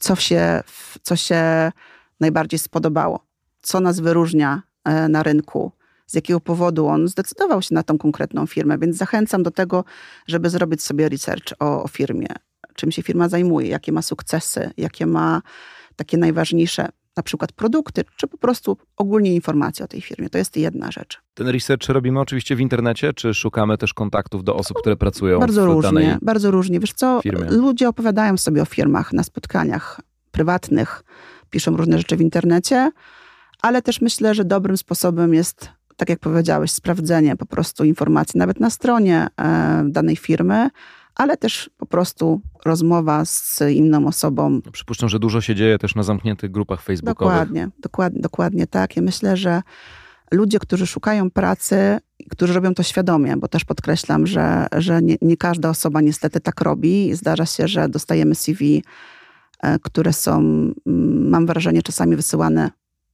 Co się najbardziej spodobało. Co nas wyróżnia na rynku. Z jakiego powodu on zdecydował się na tą konkretną firmę. Więc zachęcam do tego, żeby zrobić sobie research o firmie. Czym się firma zajmuje, jakie ma sukcesy, jakie ma takie najważniejsze na przykład produkty, czy po prostu ogólnie informacje o tej firmie. To jest jedna rzecz. Ten research robimy oczywiście w internecie, czy szukamy też kontaktów do osób, które pracują bardzo w danej Bardzo różnie. Wiesz co, firmie? Ludzie opowiadają sobie o firmach na spotkaniach prywatnych, piszą różne rzeczy w internecie, ale też myślę, że dobrym sposobem jest, tak jak powiedziałeś, sprawdzenie po prostu informacji nawet na stronie danej firmy, ale też po prostu rozmowa z inną osobą. Przypuszczam, że dużo się dzieje też na zamkniętych grupach facebookowych. Dokładnie tak. Ja myślę, że ludzie, którzy szukają pracy, którzy robią to świadomie, bo też podkreślam, że nie każda osoba niestety tak robi. Zdarza się, że dostajemy CV, które są, mam wrażenie, czasami wysyłane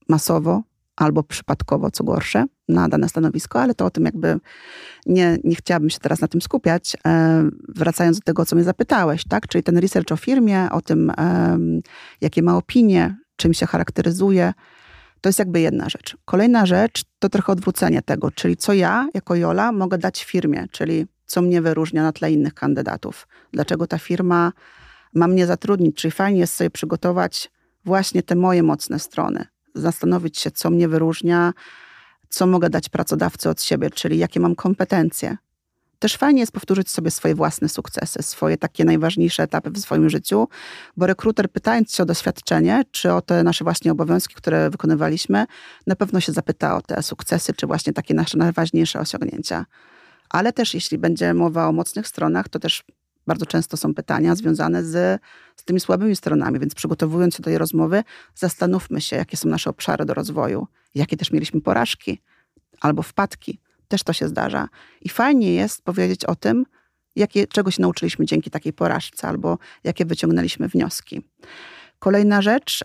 masowo albo przypadkowo, co gorsze, na dane stanowisko, ale to o tym jakby nie chciałabym się teraz na tym skupiać. Wracając do tego, o co mnie zapytałeś, tak? Czyli ten research o firmie, o tym, jakie ma opinie, czym się charakteryzuje, to jest jakby jedna rzecz. Kolejna rzecz to trochę odwrócenie tego, czyli co ja jako Jola mogę dać firmie, czyli co mnie wyróżnia na tle innych kandydatów. Dlaczego ta firma ma mnie zatrudnić, czyli fajnie jest sobie przygotować właśnie te moje mocne strony. Zastanowić się, co mnie wyróżnia, co mogę dać pracodawcy od siebie, czyli jakie mam kompetencje. Też fajnie jest powtórzyć sobie swoje własne sukcesy, swoje takie najważniejsze etapy w swoim życiu, bo rekruter, pytając się o doświadczenie, czy o te nasze właśnie obowiązki, które wykonywaliśmy, na pewno się zapyta o te sukcesy, czy właśnie takie nasze najważniejsze osiągnięcia. Ale też jeśli będzie mowa o mocnych stronach, to też bardzo często są pytania związane z tymi słabymi stronami, więc przygotowując się do tej rozmowy, zastanówmy się, jakie są nasze obszary do rozwoju, jakie też mieliśmy porażki albo wpadki. Też to się zdarza. I fajnie jest powiedzieć o tym, czego się nauczyliśmy dzięki takiej porażce albo jakie wyciągnęliśmy wnioski. Kolejna rzecz,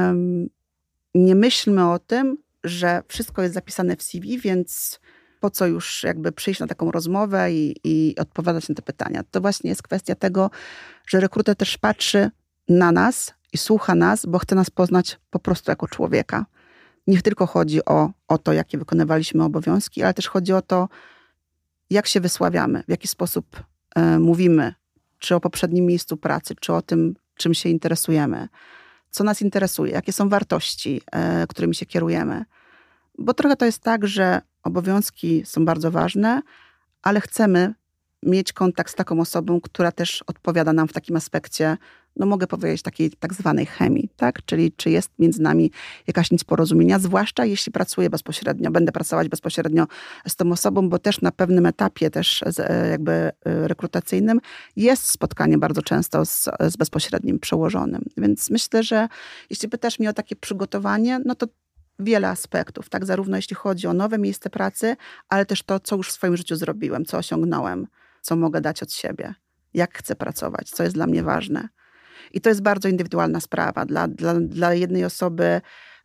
nie myślmy o tym, że wszystko jest zapisane w CV, więc po co już jakby przyjść na taką rozmowę i odpowiadać na te pytania. To właśnie jest kwestia tego, że rekruter też patrzy na nas i słucha nas, bo chce nas poznać po prostu jako człowieka. Nie tylko chodzi o to, jakie wykonywaliśmy obowiązki, ale też chodzi o to, jak się wysławiamy, w jaki sposób mówimy, czy o poprzednim miejscu pracy, czy o tym, czym się interesujemy, co nas interesuje, jakie są wartości, którymi się kierujemy. Bo trochę to jest tak, że obowiązki są bardzo ważne, ale chcemy mieć kontakt z taką osobą, która też odpowiada nam w takim aspekcie, no mogę powiedzieć, takiej tak zwanej chemii, tak? Czyli czy jest między nami jakaś nic porozumienia, zwłaszcza jeśli pracuję bezpośrednio, będę pracować bezpośrednio z tą osobą, bo też na pewnym etapie też jakby rekrutacyjnym jest spotkanie bardzo często z bezpośrednim przełożonym. Więc myślę, że jeśli pytasz mnie o takie przygotowanie, no to wiele aspektów, tak? Zarówno jeśli chodzi o nowe miejsce pracy, ale też to, co już w swoim życiu zrobiłem, co osiągnąłem, co mogę dać od siebie, jak chcę pracować, co jest dla mnie ważne. I to jest bardzo indywidualna sprawa. Dla jednej osoby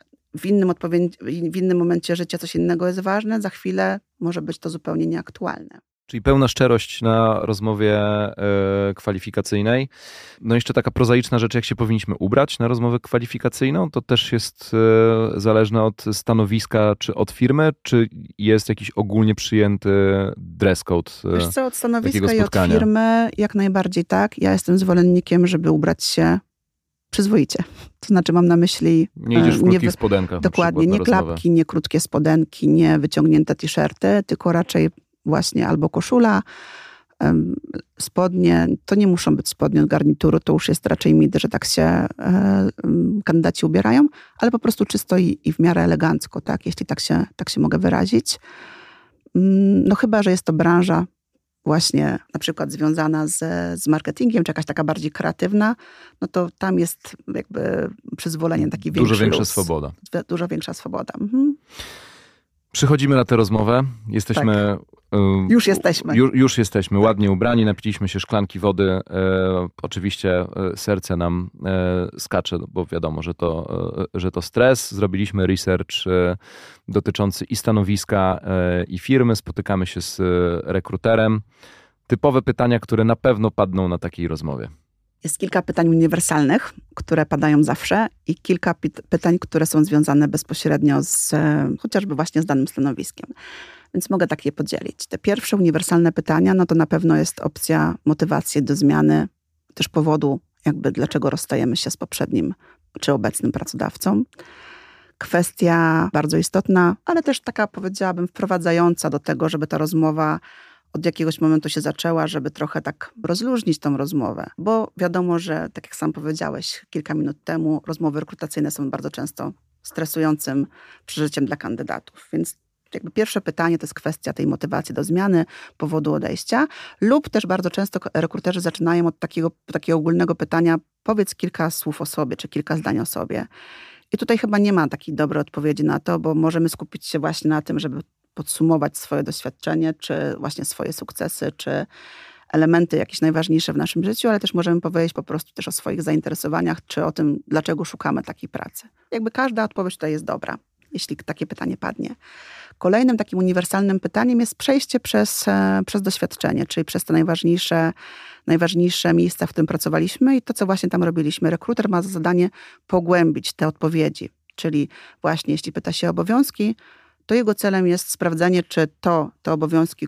w innym momencie życia coś innego jest ważne, za chwilę może być to zupełnie nieaktualne. Czyli pełna szczerość na rozmowie kwalifikacyjnej. No jeszcze taka prozaiczna rzecz, jak się powinniśmy ubrać na rozmowę kwalifikacyjną, to też jest zależne od stanowiska czy od firmy, czy jest jakiś ogólnie przyjęty dress code? Wiesz co, od stanowiska i od firmy jak najbardziej tak. Ja jestem zwolennikiem, żeby ubrać się przyzwoicie. To znaczy mam na myśli... Nie idziesz w krótkich spodenkach. Dokładnie, nie klapki, nie krótkie spodenki, nie wyciągnięte t-shirty, tylko raczej właśnie albo koszula, spodnie. To nie muszą być spodnie od garnituru, to już jest raczej mit, że tak się kandydaci ubierają, ale po prostu czysto i w miarę elegancko, tak, jeśli tak się mogę wyrazić. No chyba, że jest to branża właśnie na przykład związana z marketingiem, czy jakaś taka bardziej kreatywna, no to tam jest jakby przyzwolenie taki większy Dużo większa luz. swoboda. Dużo większa swoboda. Mhm. Przychodzimy na tę rozmowę. Jesteśmy... Tak. Już jesteśmy. Już jesteśmy, ładnie ubrani, napiliśmy się szklanki wody. Oczywiście serce nam skacze, bo wiadomo, że to stres. Zrobiliśmy research dotyczący i stanowiska, i firmy. Spotykamy się z rekruterem. Typowe pytania, które na pewno padną na takiej rozmowie. Jest kilka pytań uniwersalnych, które padają zawsze i kilka pytań, które są związane bezpośrednio chociażby właśnie z danym stanowiskiem. Więc mogę tak je podzielić. Te pierwsze uniwersalne pytania, no to na pewno jest opcja motywacji do zmiany, też powodu jakby dlaczego rozstajemy się z poprzednim czy obecnym pracodawcą. Kwestia bardzo istotna, ale też taka powiedziałabym wprowadzająca do tego, żeby ta rozmowa od jakiegoś momentu się zaczęła, żeby trochę tak rozluźnić tą rozmowę. Bo wiadomo, że tak jak sam powiedziałeś kilka minut temu, rozmowy rekrutacyjne są bardzo często stresującym przeżyciem dla kandydatów. Więc jakby pierwsze pytanie to jest kwestia tej motywacji do zmiany, powodu odejścia, lub też bardzo często rekruterzy zaczynają od takiego ogólnego pytania, powiedz kilka słów o sobie, czy kilka zdań o sobie. I tutaj chyba nie ma takiej dobrej odpowiedzi na to, bo możemy skupić się właśnie na tym, żeby podsumować swoje doświadczenie, czy właśnie swoje sukcesy, czy elementy jakieś najważniejsze w naszym życiu, ale też możemy powiedzieć po prostu też o swoich zainteresowaniach, czy o tym, dlaczego szukamy takiej pracy. Jakby każda odpowiedź tutaj jest dobra, jeśli takie pytanie padnie. Kolejnym takim uniwersalnym pytaniem jest przejście przez doświadczenie, czyli przez te najważniejsze miejsca, w którym pracowaliśmy i to, co właśnie tam robiliśmy. Rekruter ma za zadanie pogłębić te odpowiedzi, czyli właśnie jeśli pyta się o obowiązki, to jego celem jest sprawdzenie, czy te obowiązki,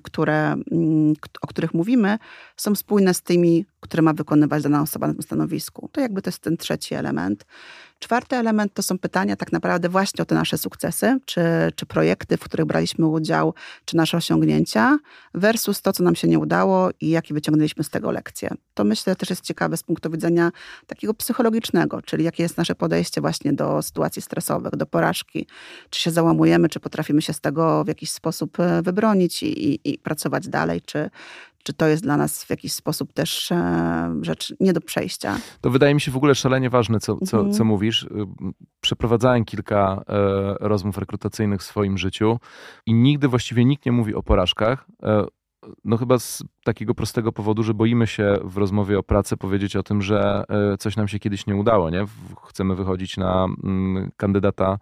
o których mówimy, są spójne z tymi, które ma wykonywać dana osoba na tym stanowisku. To jakby to jest ten trzeci element. Czwarty element to są pytania tak naprawdę właśnie o te nasze sukcesy, czy projekty, w których braliśmy udział, czy nasze osiągnięcia versus to, co nam się nie udało i jakie wyciągnęliśmy z tego lekcje. To myślę też jest ciekawe z punktu widzenia takiego psychologicznego, czyli jakie jest nasze podejście właśnie do sytuacji stresowych, do porażki. Czy się załamujemy, czy potrafimy się z tego w jakiś sposób wybronić i pracować dalej, czy to jest dla nas w jakiś sposób też rzecz nie do przejścia. To wydaje mi się w ogóle szalenie ważne, co mówisz. Przeprowadzałem kilka rozmów rekrutacyjnych w swoim życiu i nigdy właściwie nikt nie mówi o porażkach. No chyba z takiego prostego powodu, że boimy się w rozmowie o pracy powiedzieć o tym, że coś nam się kiedyś nie udało, nie? Chcemy wychodzić na kandydata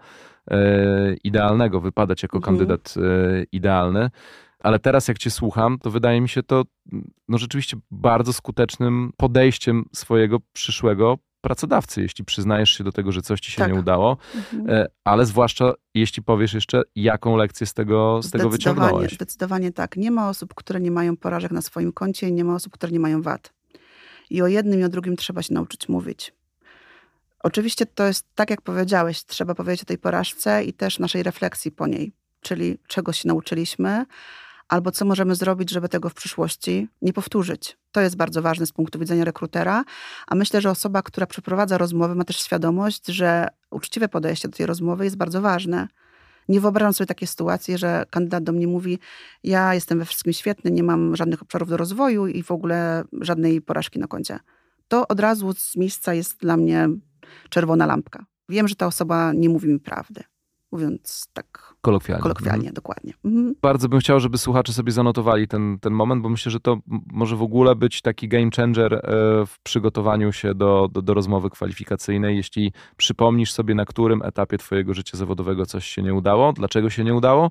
idealnego, wypadać jako kandydat idealny. Ale teraz jak cię słucham, to wydaje mi się to rzeczywiście bardzo skutecznym podejściem swojego przyszłego pracodawcy, jeśli przyznajesz się do tego, że coś ci się nie udało, ale zwłaszcza jeśli powiesz jeszcze, jaką lekcję z tego wyciągnąłeś. Zdecydowanie tak. Nie ma osób, które nie mają porażek na swoim koncie i nie ma osób, które nie mają wad. I o jednym i o drugim trzeba się nauczyć mówić. Oczywiście to jest tak, jak powiedziałeś, trzeba powiedzieć o tej porażce i też naszej refleksji po niej, czyli czego się nauczyliśmy, albo co możemy zrobić, żeby tego w przyszłości nie powtórzyć. To jest bardzo ważne z punktu widzenia rekrutera, a myślę, że osoba, która przeprowadza rozmowę, ma też świadomość, że uczciwe podejście do tej rozmowy jest bardzo ważne. Nie wyobrażam sobie takiej sytuacji, że kandydat do mnie mówi, ja jestem we wszystkim świetny, nie mam żadnych obszarów do rozwoju i w ogóle żadnej porażki na koncie. To od razu z miejsca jest dla mnie czerwona lampka. Wiem, że ta osoba nie mówi mi prawdy. Mówiąc tak kolokwialnie, dokładnie. Bardzo bym chciał, żeby słuchacze sobie zanotowali ten moment, bo myślę, że to może w ogóle być taki game changer w przygotowaniu się do rozmowy kwalifikacyjnej. Jeśli przypomnisz sobie, na którym etapie twojego życia zawodowego coś się nie udało, dlaczego się nie udało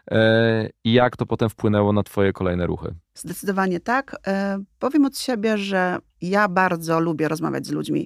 i jak to potem wpłynęło na twoje kolejne ruchy. Zdecydowanie tak. Powiem od siebie, że ja bardzo lubię rozmawiać z ludźmi.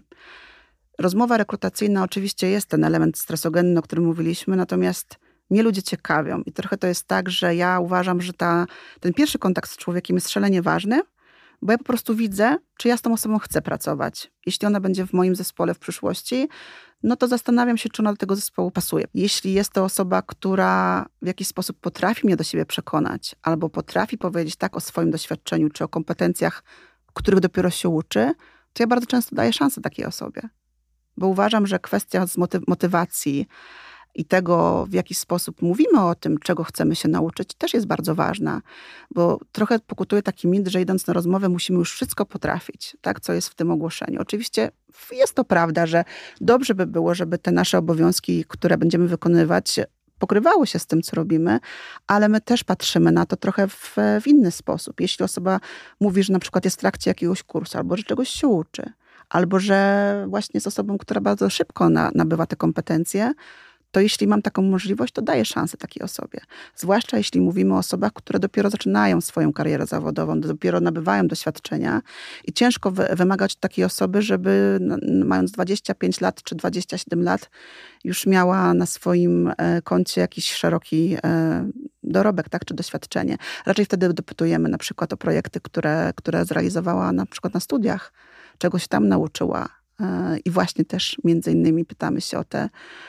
Rozmowa rekrutacyjna oczywiście jest ten element stresogenny, o którym mówiliśmy, natomiast mnie ludzie ciekawią i trochę to jest tak, że ja uważam, że ten pierwszy kontakt z człowiekiem jest szalenie ważny, bo ja po prostu widzę, czy ja z tą osobą chcę pracować. Jeśli ona będzie w moim zespole w przyszłości, no to zastanawiam się, czy ona do tego zespołu pasuje. Jeśli jest to osoba, która w jakiś sposób potrafi mnie do siebie przekonać, albo potrafi powiedzieć tak o swoim doświadczeniu, czy o kompetencjach, których dopiero się uczy, to ja bardzo często daję szansę takiej osobie. Bo uważam, że kwestia motywacji i tego, w jaki sposób mówimy o tym, czego chcemy się nauczyć, też jest bardzo ważna. Bo trochę pokutuje taki mit, że idąc na rozmowę musimy już wszystko potrafić, tak, co jest w tym ogłoszeniu. Oczywiście jest to prawda, że dobrze by było, żeby te nasze obowiązki, które będziemy wykonywać, pokrywały się z tym, co robimy, ale my też patrzymy na to trochę w inny sposób. Jeśli osoba mówi, że na przykład jest w trakcie jakiegoś kursu, albo że czegoś się uczy, albo że właśnie jest osobą, która bardzo szybko nabywa te kompetencje, to jeśli mam taką możliwość, to daję szansę takiej osobie. Zwłaszcza jeśli mówimy o osobach, które dopiero zaczynają swoją karierę zawodową, dopiero nabywają doświadczenia i ciężko wymagać od takiej osoby, żeby mając 25 lat czy 27 lat już miała na swoim koncie jakiś szeroki dorobek, tak, czy doświadczenie. Raczej wtedy dopytujemy na przykład o projekty, które zrealizowała na przykład na studiach, czego się tam nauczyła. I właśnie też między innymi pytamy się o te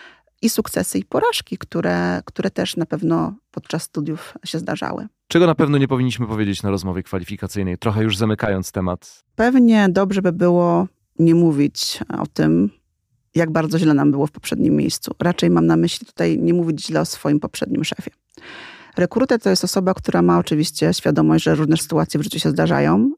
i sukcesy, i porażki, które też na pewno podczas studiów się zdarzały. Czego na pewno nie powinniśmy powiedzieć na rozmowie kwalifikacyjnej, trochę już zamykając temat? Pewnie dobrze by było nie mówić o tym, jak bardzo źle nam było w poprzednim miejscu. Raczej mam na myśli tutaj nie mówić źle o swoim poprzednim szefie. Rekruter to jest osoba, która ma oczywiście świadomość, że różne sytuacje w życiu się zdarzają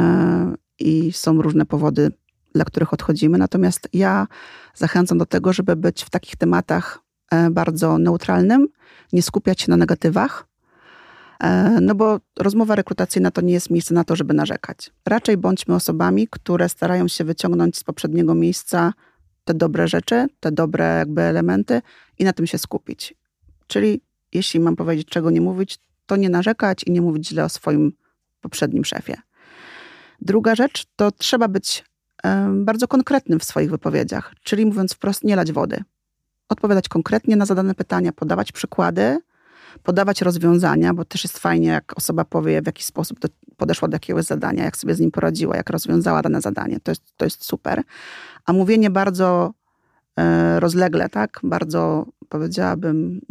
i są różne powody, dla których odchodzimy. Natomiast ja zachęcam do tego, żeby być w takich tematach bardzo neutralnym, nie skupiać się na negatywach, No bo rozmowa rekrutacyjna to nie jest miejsce na to, żeby narzekać. Raczej bądźmy osobami, które starają się wyciągnąć z poprzedniego miejsca te dobre rzeczy, te dobre jakby elementy i na tym się skupić. Czyli jeśli mam powiedzieć, czego nie mówić, to nie narzekać i nie mówić źle o swoim poprzednim szefie. Druga rzecz, to trzeba być bardzo konkretnym w swoich wypowiedziach, czyli mówiąc wprost, nie lać wody. Odpowiadać konkretnie na zadane pytania, podawać przykłady, podawać rozwiązania, bo też jest fajnie, jak osoba powie, w jaki sposób podeszła do jakiegoś zadania, jak sobie z nim poradziła, jak rozwiązała dane zadanie. To jest super. A mówienie bardzo rozlegle, tak? Bardzo, powiedziałabym,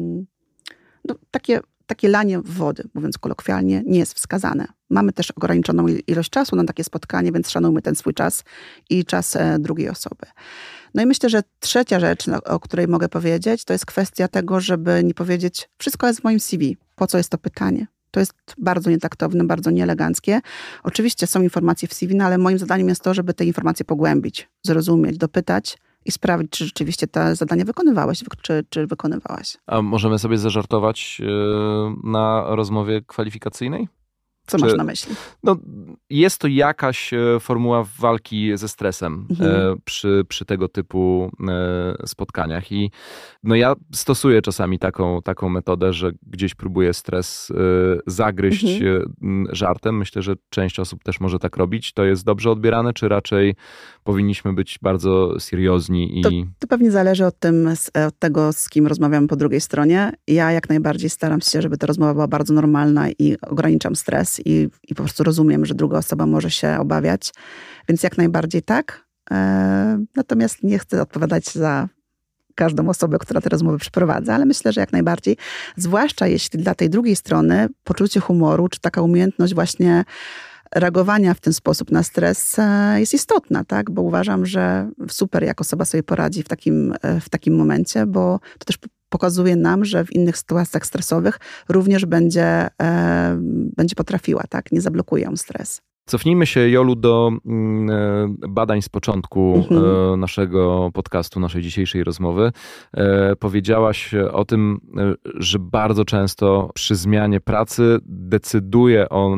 no, takie lanie wody, mówiąc kolokwialnie, nie jest wskazane. Mamy też ograniczoną ilość czasu na takie spotkanie, więc szanujmy ten swój czas i czas drugiej osoby. No i myślę, że trzecia rzecz, o której mogę powiedzieć, to jest kwestia tego, żeby nie powiedzieć, wszystko jest w moim CV. Po co jest to pytanie? To jest bardzo nietaktowne, bardzo nieeleganckie. Oczywiście są informacje w CV, no ale moim zadaniem jest to, żeby te informacje pogłębić, zrozumieć, dopytać i sprawdzić, czy rzeczywiście to zadanie wykonywałeś, czy wykonywałaś. A możemy sobie zażartować na rozmowie kwalifikacyjnej? Co masz na myśli? No, jest to jakaś formuła walki ze stresem przy tego typu spotkaniach. I no ja stosuję czasami taką metodę, że gdzieś próbuję stres zagryźć żartem. Myślę, że część osób też może tak robić. To jest dobrze odbierane, czy raczej powinniśmy być bardzo seriozni? To pewnie zależy od tego, z kim rozmawiamy po drugiej stronie. Ja jak najbardziej staram się, żeby ta rozmowa była bardzo normalna i ograniczam stres i po prostu rozumiem, że druga osoba może się obawiać. Więc jak najbardziej tak. Natomiast nie chcę odpowiadać za każdą osobę, która te rozmowy przeprowadza, ale myślę, że jak najbardziej. Zwłaszcza jeśli dla tej drugiej strony poczucie humoru, czy taka umiejętność właśnie reagowania w ten sposób na stres jest istotna, tak? Bo uważam, że super, jak osoba sobie poradzi w takim momencie, bo to też pokazuje nam, że w innych sytuacjach stresowych również będzie potrafiła, tak? Nie zablokuje ją stres. Cofnijmy się, Jolu, do badań z początku naszego podcastu, naszej dzisiejszej rozmowy. Powiedziałaś o tym, że bardzo często przy zmianie pracy decyduje o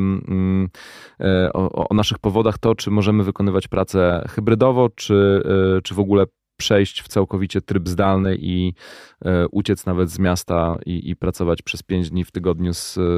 naszych powodach to, czy możemy wykonywać pracę hybrydowo, czy w ogóle przejść w całkowicie tryb zdalny i uciec nawet z miasta i pracować przez 5 dni w tygodniu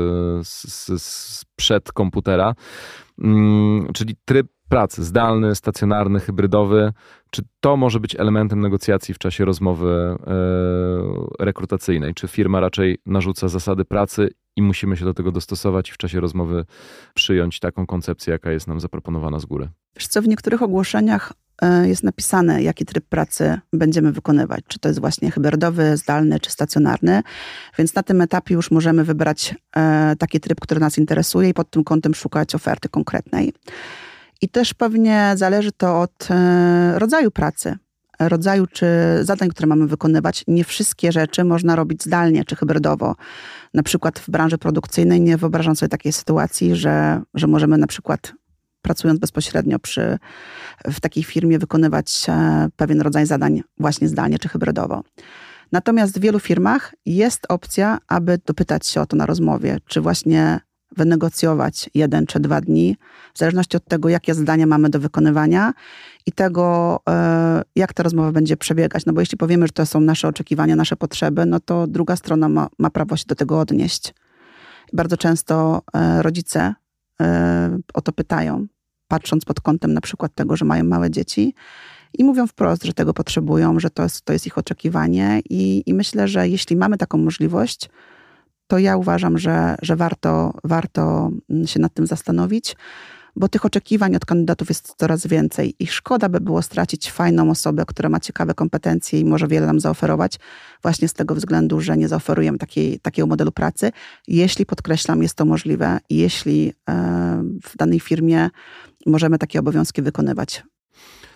sprzed komputera. Czyli tryb pracy zdalny, stacjonarny, hybrydowy. Czy to może być elementem negocjacji w czasie rozmowy rekrutacyjnej? Czy firma raczej narzuca zasady pracy i musimy się do tego dostosować i w czasie rozmowy przyjąć taką koncepcję, jaka jest nam zaproponowana z góry? Wiesz co, w niektórych ogłoszeniach jest napisane, jaki tryb pracy będziemy wykonywać. Czy to jest właśnie hybrydowy, zdalny, czy stacjonarny. Więc na tym etapie już możemy wybrać taki tryb, który nas interesuje i pod tym kątem szukać oferty konkretnej. I też pewnie zależy to od rodzaju pracy, rodzaju czy zadań, które mamy wykonywać. Nie wszystkie rzeczy można robić zdalnie czy hybrydowo. Na przykład w branży produkcyjnej nie wyobrażam sobie takiej sytuacji, że możemy na przykład pracując bezpośrednio w takiej firmie wykonywać pewien rodzaj zadań właśnie zdalnie czy hybrydowo. Natomiast w wielu firmach jest opcja, aby dopytać się o to na rozmowie, czy właśnie wynegocjować 1 czy 2 dni, w zależności od tego, jakie zadania mamy do wykonywania i tego, jak ta rozmowa będzie przebiegać. No bo jeśli powiemy, że to są nasze oczekiwania, nasze potrzeby, no to druga strona ma prawo się do tego odnieść. Bardzo często rodzice o to pytają, patrząc pod kątem na przykład tego, że mają małe dzieci i mówią wprost, że tego potrzebują, że to jest ich oczekiwanie i myślę, że jeśli mamy taką możliwość, to ja uważam, że warto się nad tym zastanowić, bo tych oczekiwań od kandydatów jest coraz więcej i szkoda by było stracić fajną osobę, która ma ciekawe kompetencje i może wiele nam zaoferować, właśnie z tego względu, że nie zaoferujemy takiego modelu pracy. Jeśli, podkreślam, jest to możliwe i jeśli w danej firmie możemy takie obowiązki wykonywać.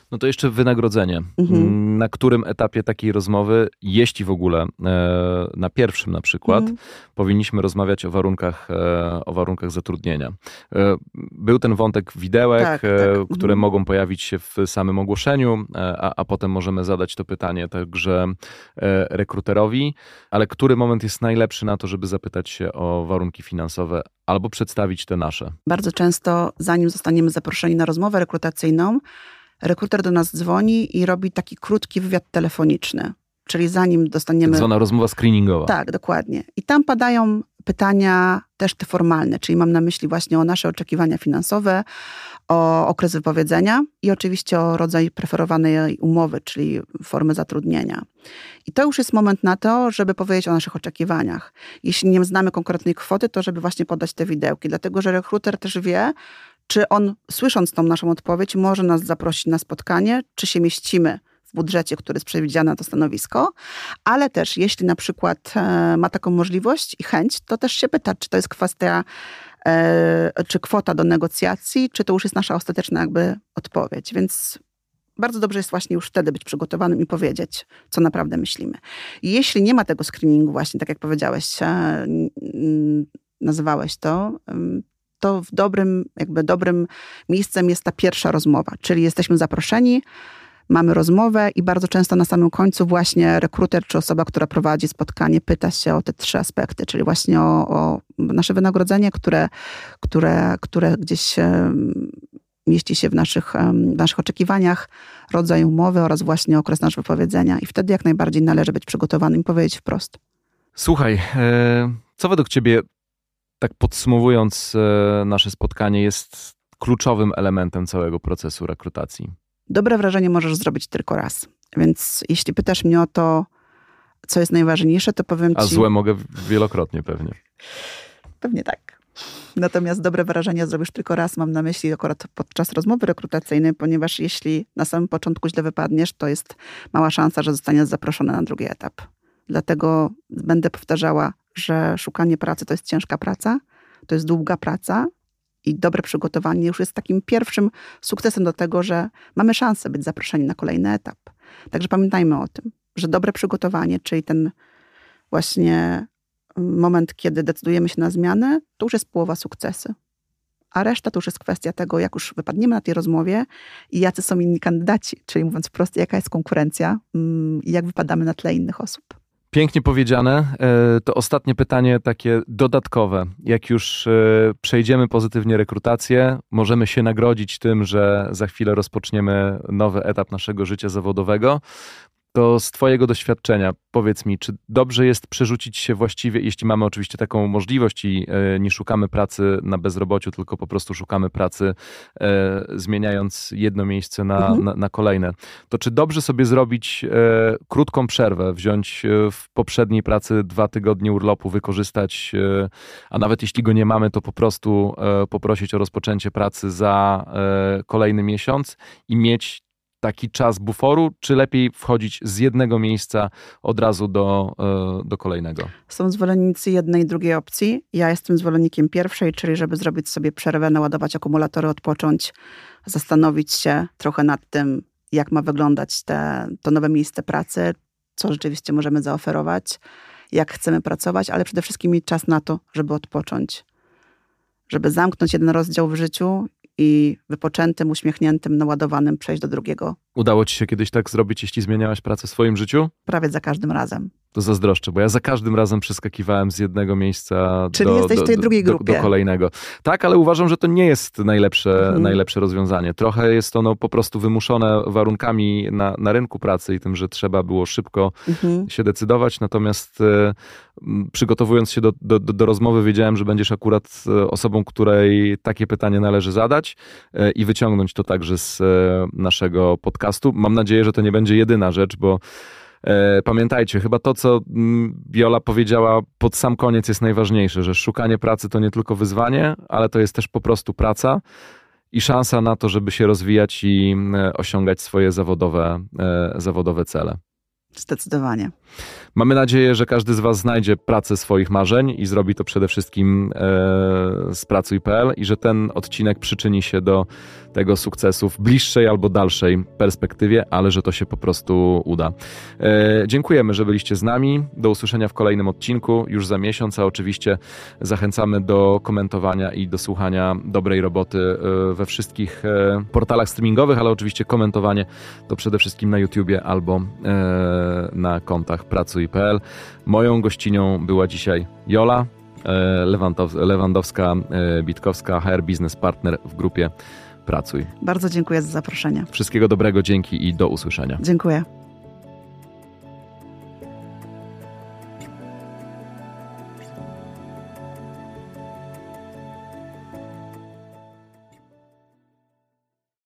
No to jeszcze wynagrodzenie. Na którym etapie takiej rozmowy, jeśli w ogóle na pierwszym na przykład, powinniśmy rozmawiać o warunkach zatrudnienia? Był ten wątek widełek, które mogą pojawić się w samym ogłoszeniu, a potem możemy zadać to pytanie także rekruterowi, ale który moment jest najlepszy na to, żeby zapytać się o warunki finansowe albo przedstawić te nasze? Bardzo często, zanim zostaniemy zaproszeni na rozmowę rekrutacyjną, rekruter do nas dzwoni i robi taki krótki wywiad telefoniczny. Czyli zanim dostaniemy... Tak zwana rozmowa screeningowa. Tak, dokładnie. I tam padają pytania też te formalne, czyli mam na myśli właśnie o nasze oczekiwania finansowe, o okres wypowiedzenia i oczywiście o rodzaj preferowanej umowy, czyli formy zatrudnienia. I to już jest moment na to, żeby powiedzieć o naszych oczekiwaniach. Jeśli nie znamy konkretnej kwoty, to żeby właśnie podać te widełki, dlatego że rekruter też wie, czy on, słysząc tą naszą odpowiedź, może nas zaprosić na spotkanie, czy się mieścimy w budżecie, który jest przewidziany na to stanowisko, ale też jeśli na przykład ma taką możliwość i chęć, to też się pyta, czy to jest kwestia, czy kwota do negocjacji, czy to już jest nasza ostateczna jakby odpowiedź. Więc bardzo dobrze jest właśnie już wtedy być przygotowanym i powiedzieć, co naprawdę myślimy. Jeśli nie ma tego screeningu właśnie, tak jak powiedziałeś, nazywałeś to w dobrym miejscem jest ta pierwsza rozmowa, czyli jesteśmy zaproszeni, mamy rozmowę i bardzo często na samym końcu właśnie rekruter czy osoba, która prowadzi spotkanie, pyta się o te 3 aspekty, czyli właśnie o nasze wynagrodzenie, które gdzieś mieści się w naszych oczekiwaniach, rodzaj umowy oraz właśnie okres naszego wypowiedzenia i wtedy jak najbardziej należy być przygotowanym i powiedzieć wprost. Słuchaj, co według ciebie, tak podsumowując nasze spotkanie, jest kluczowym elementem całego procesu rekrutacji? Dobre wrażenie możesz zrobić tylko raz. Więc jeśli pytasz mnie o to, co jest najważniejsze, to powiem ci... A złe mogę wielokrotnie pewnie. Pewnie tak. Natomiast dobre wrażenie zrobisz tylko raz, mam na myśli akurat podczas rozmowy rekrutacyjnej, ponieważ jeśli na samym początku źle wypadniesz, to jest mała szansa, że zostaniesz zaproszony na drugi etap. Dlatego będę powtarzała, że szukanie pracy to jest ciężka praca, to jest długa praca i dobre przygotowanie już jest takim pierwszym sukcesem do tego, że mamy szansę być zaproszeni na kolejny etap. Także pamiętajmy o tym, że dobre przygotowanie, czyli ten właśnie moment, kiedy decydujemy się na zmianę, to już jest połowa sukcesu. A reszta to już jest kwestia tego, jak już wypadniemy na tej rozmowie i jacy są inni kandydaci, czyli mówiąc wprost, jaka jest konkurencja i jak wypadamy na tle innych osób. Pięknie powiedziane. To ostatnie pytanie takie dodatkowe. Jak już przejdziemy pozytywnie rekrutację, możemy się nagrodzić tym, że za chwilę rozpoczniemy nowy etap naszego życia zawodowego. To z twojego doświadczenia powiedz mi, czy dobrze jest przerzucić się właściwie, jeśli mamy oczywiście taką możliwość i nie szukamy pracy na bezrobociu, tylko po prostu szukamy pracy zmieniając jedno miejsce na kolejne, to czy dobrze sobie zrobić krótką przerwę, wziąć w poprzedniej pracy 2 tygodnie urlopu, wykorzystać, a nawet jeśli go nie mamy, to po prostu poprosić o rozpoczęcie pracy za kolejny miesiąc i mieć taki czas buforu, czy lepiej wchodzić z jednego miejsca od razu do kolejnego? Są zwolennicy jednej i drugiej opcji. Ja jestem zwolennikiem pierwszej, czyli żeby zrobić sobie przerwę, naładować akumulatory, odpocząć, zastanowić się trochę nad tym, jak ma wyglądać to nowe miejsce pracy, co rzeczywiście możemy zaoferować, jak chcemy pracować, ale przede wszystkim mieć czas na to, żeby odpocząć. Żeby zamknąć jeden rozdział w życiu i wypoczętym, uśmiechniętym, naładowanym przejść do drugiego. Udało ci się kiedyś tak zrobić, jeśli zmieniałaś pracę w swoim życiu? Prawie za każdym razem. To zazdroszczę, bo ja za każdym razem przeskakiwałem z jednego miejsca jesteś w tej drugiej grupie. Do kolejnego. Tak, ale uważam, że to nie jest najlepsze rozwiązanie. Trochę jest ono po prostu wymuszone warunkami na rynku pracy i tym, że trzeba było szybko się decydować. Natomiast przygotowując się do rozmowy, wiedziałem, że będziesz akurat osobą, której takie pytanie należy zadać i wyciągnąć to także z naszego podcastu. Mam nadzieję, że to nie będzie jedyna rzecz, bo pamiętajcie, chyba to, co Viola powiedziała pod sam koniec jest najważniejsze, że szukanie pracy to nie tylko wyzwanie, ale to jest też po prostu praca i szansa na to, żeby się rozwijać i osiągać swoje zawodowe cele. Zdecydowanie. Mamy nadzieję, że każdy z Was znajdzie pracę swoich marzeń i zrobi to przede wszystkim z Pracuj.pl i że ten odcinek przyczyni się do tego sukcesu w bliższej albo dalszej perspektywie, ale że to się po prostu uda. Dziękujemy, że byliście z nami. Do usłyszenia w kolejnym odcinku już za miesiąc, a oczywiście zachęcamy do komentowania i do słuchania dobrej roboty we wszystkich portalach streamingowych, ale oczywiście komentowanie to przede wszystkim na YouTubie albo na kontach Pracuj.pl. Moją gościnią była dzisiaj Jola Lewandowska-Bitkowska, HR Business Partner w grupie Pracuj. Bardzo dziękuję za zaproszenie. Wszystkiego dobrego, dzięki i do usłyszenia. Dziękuję.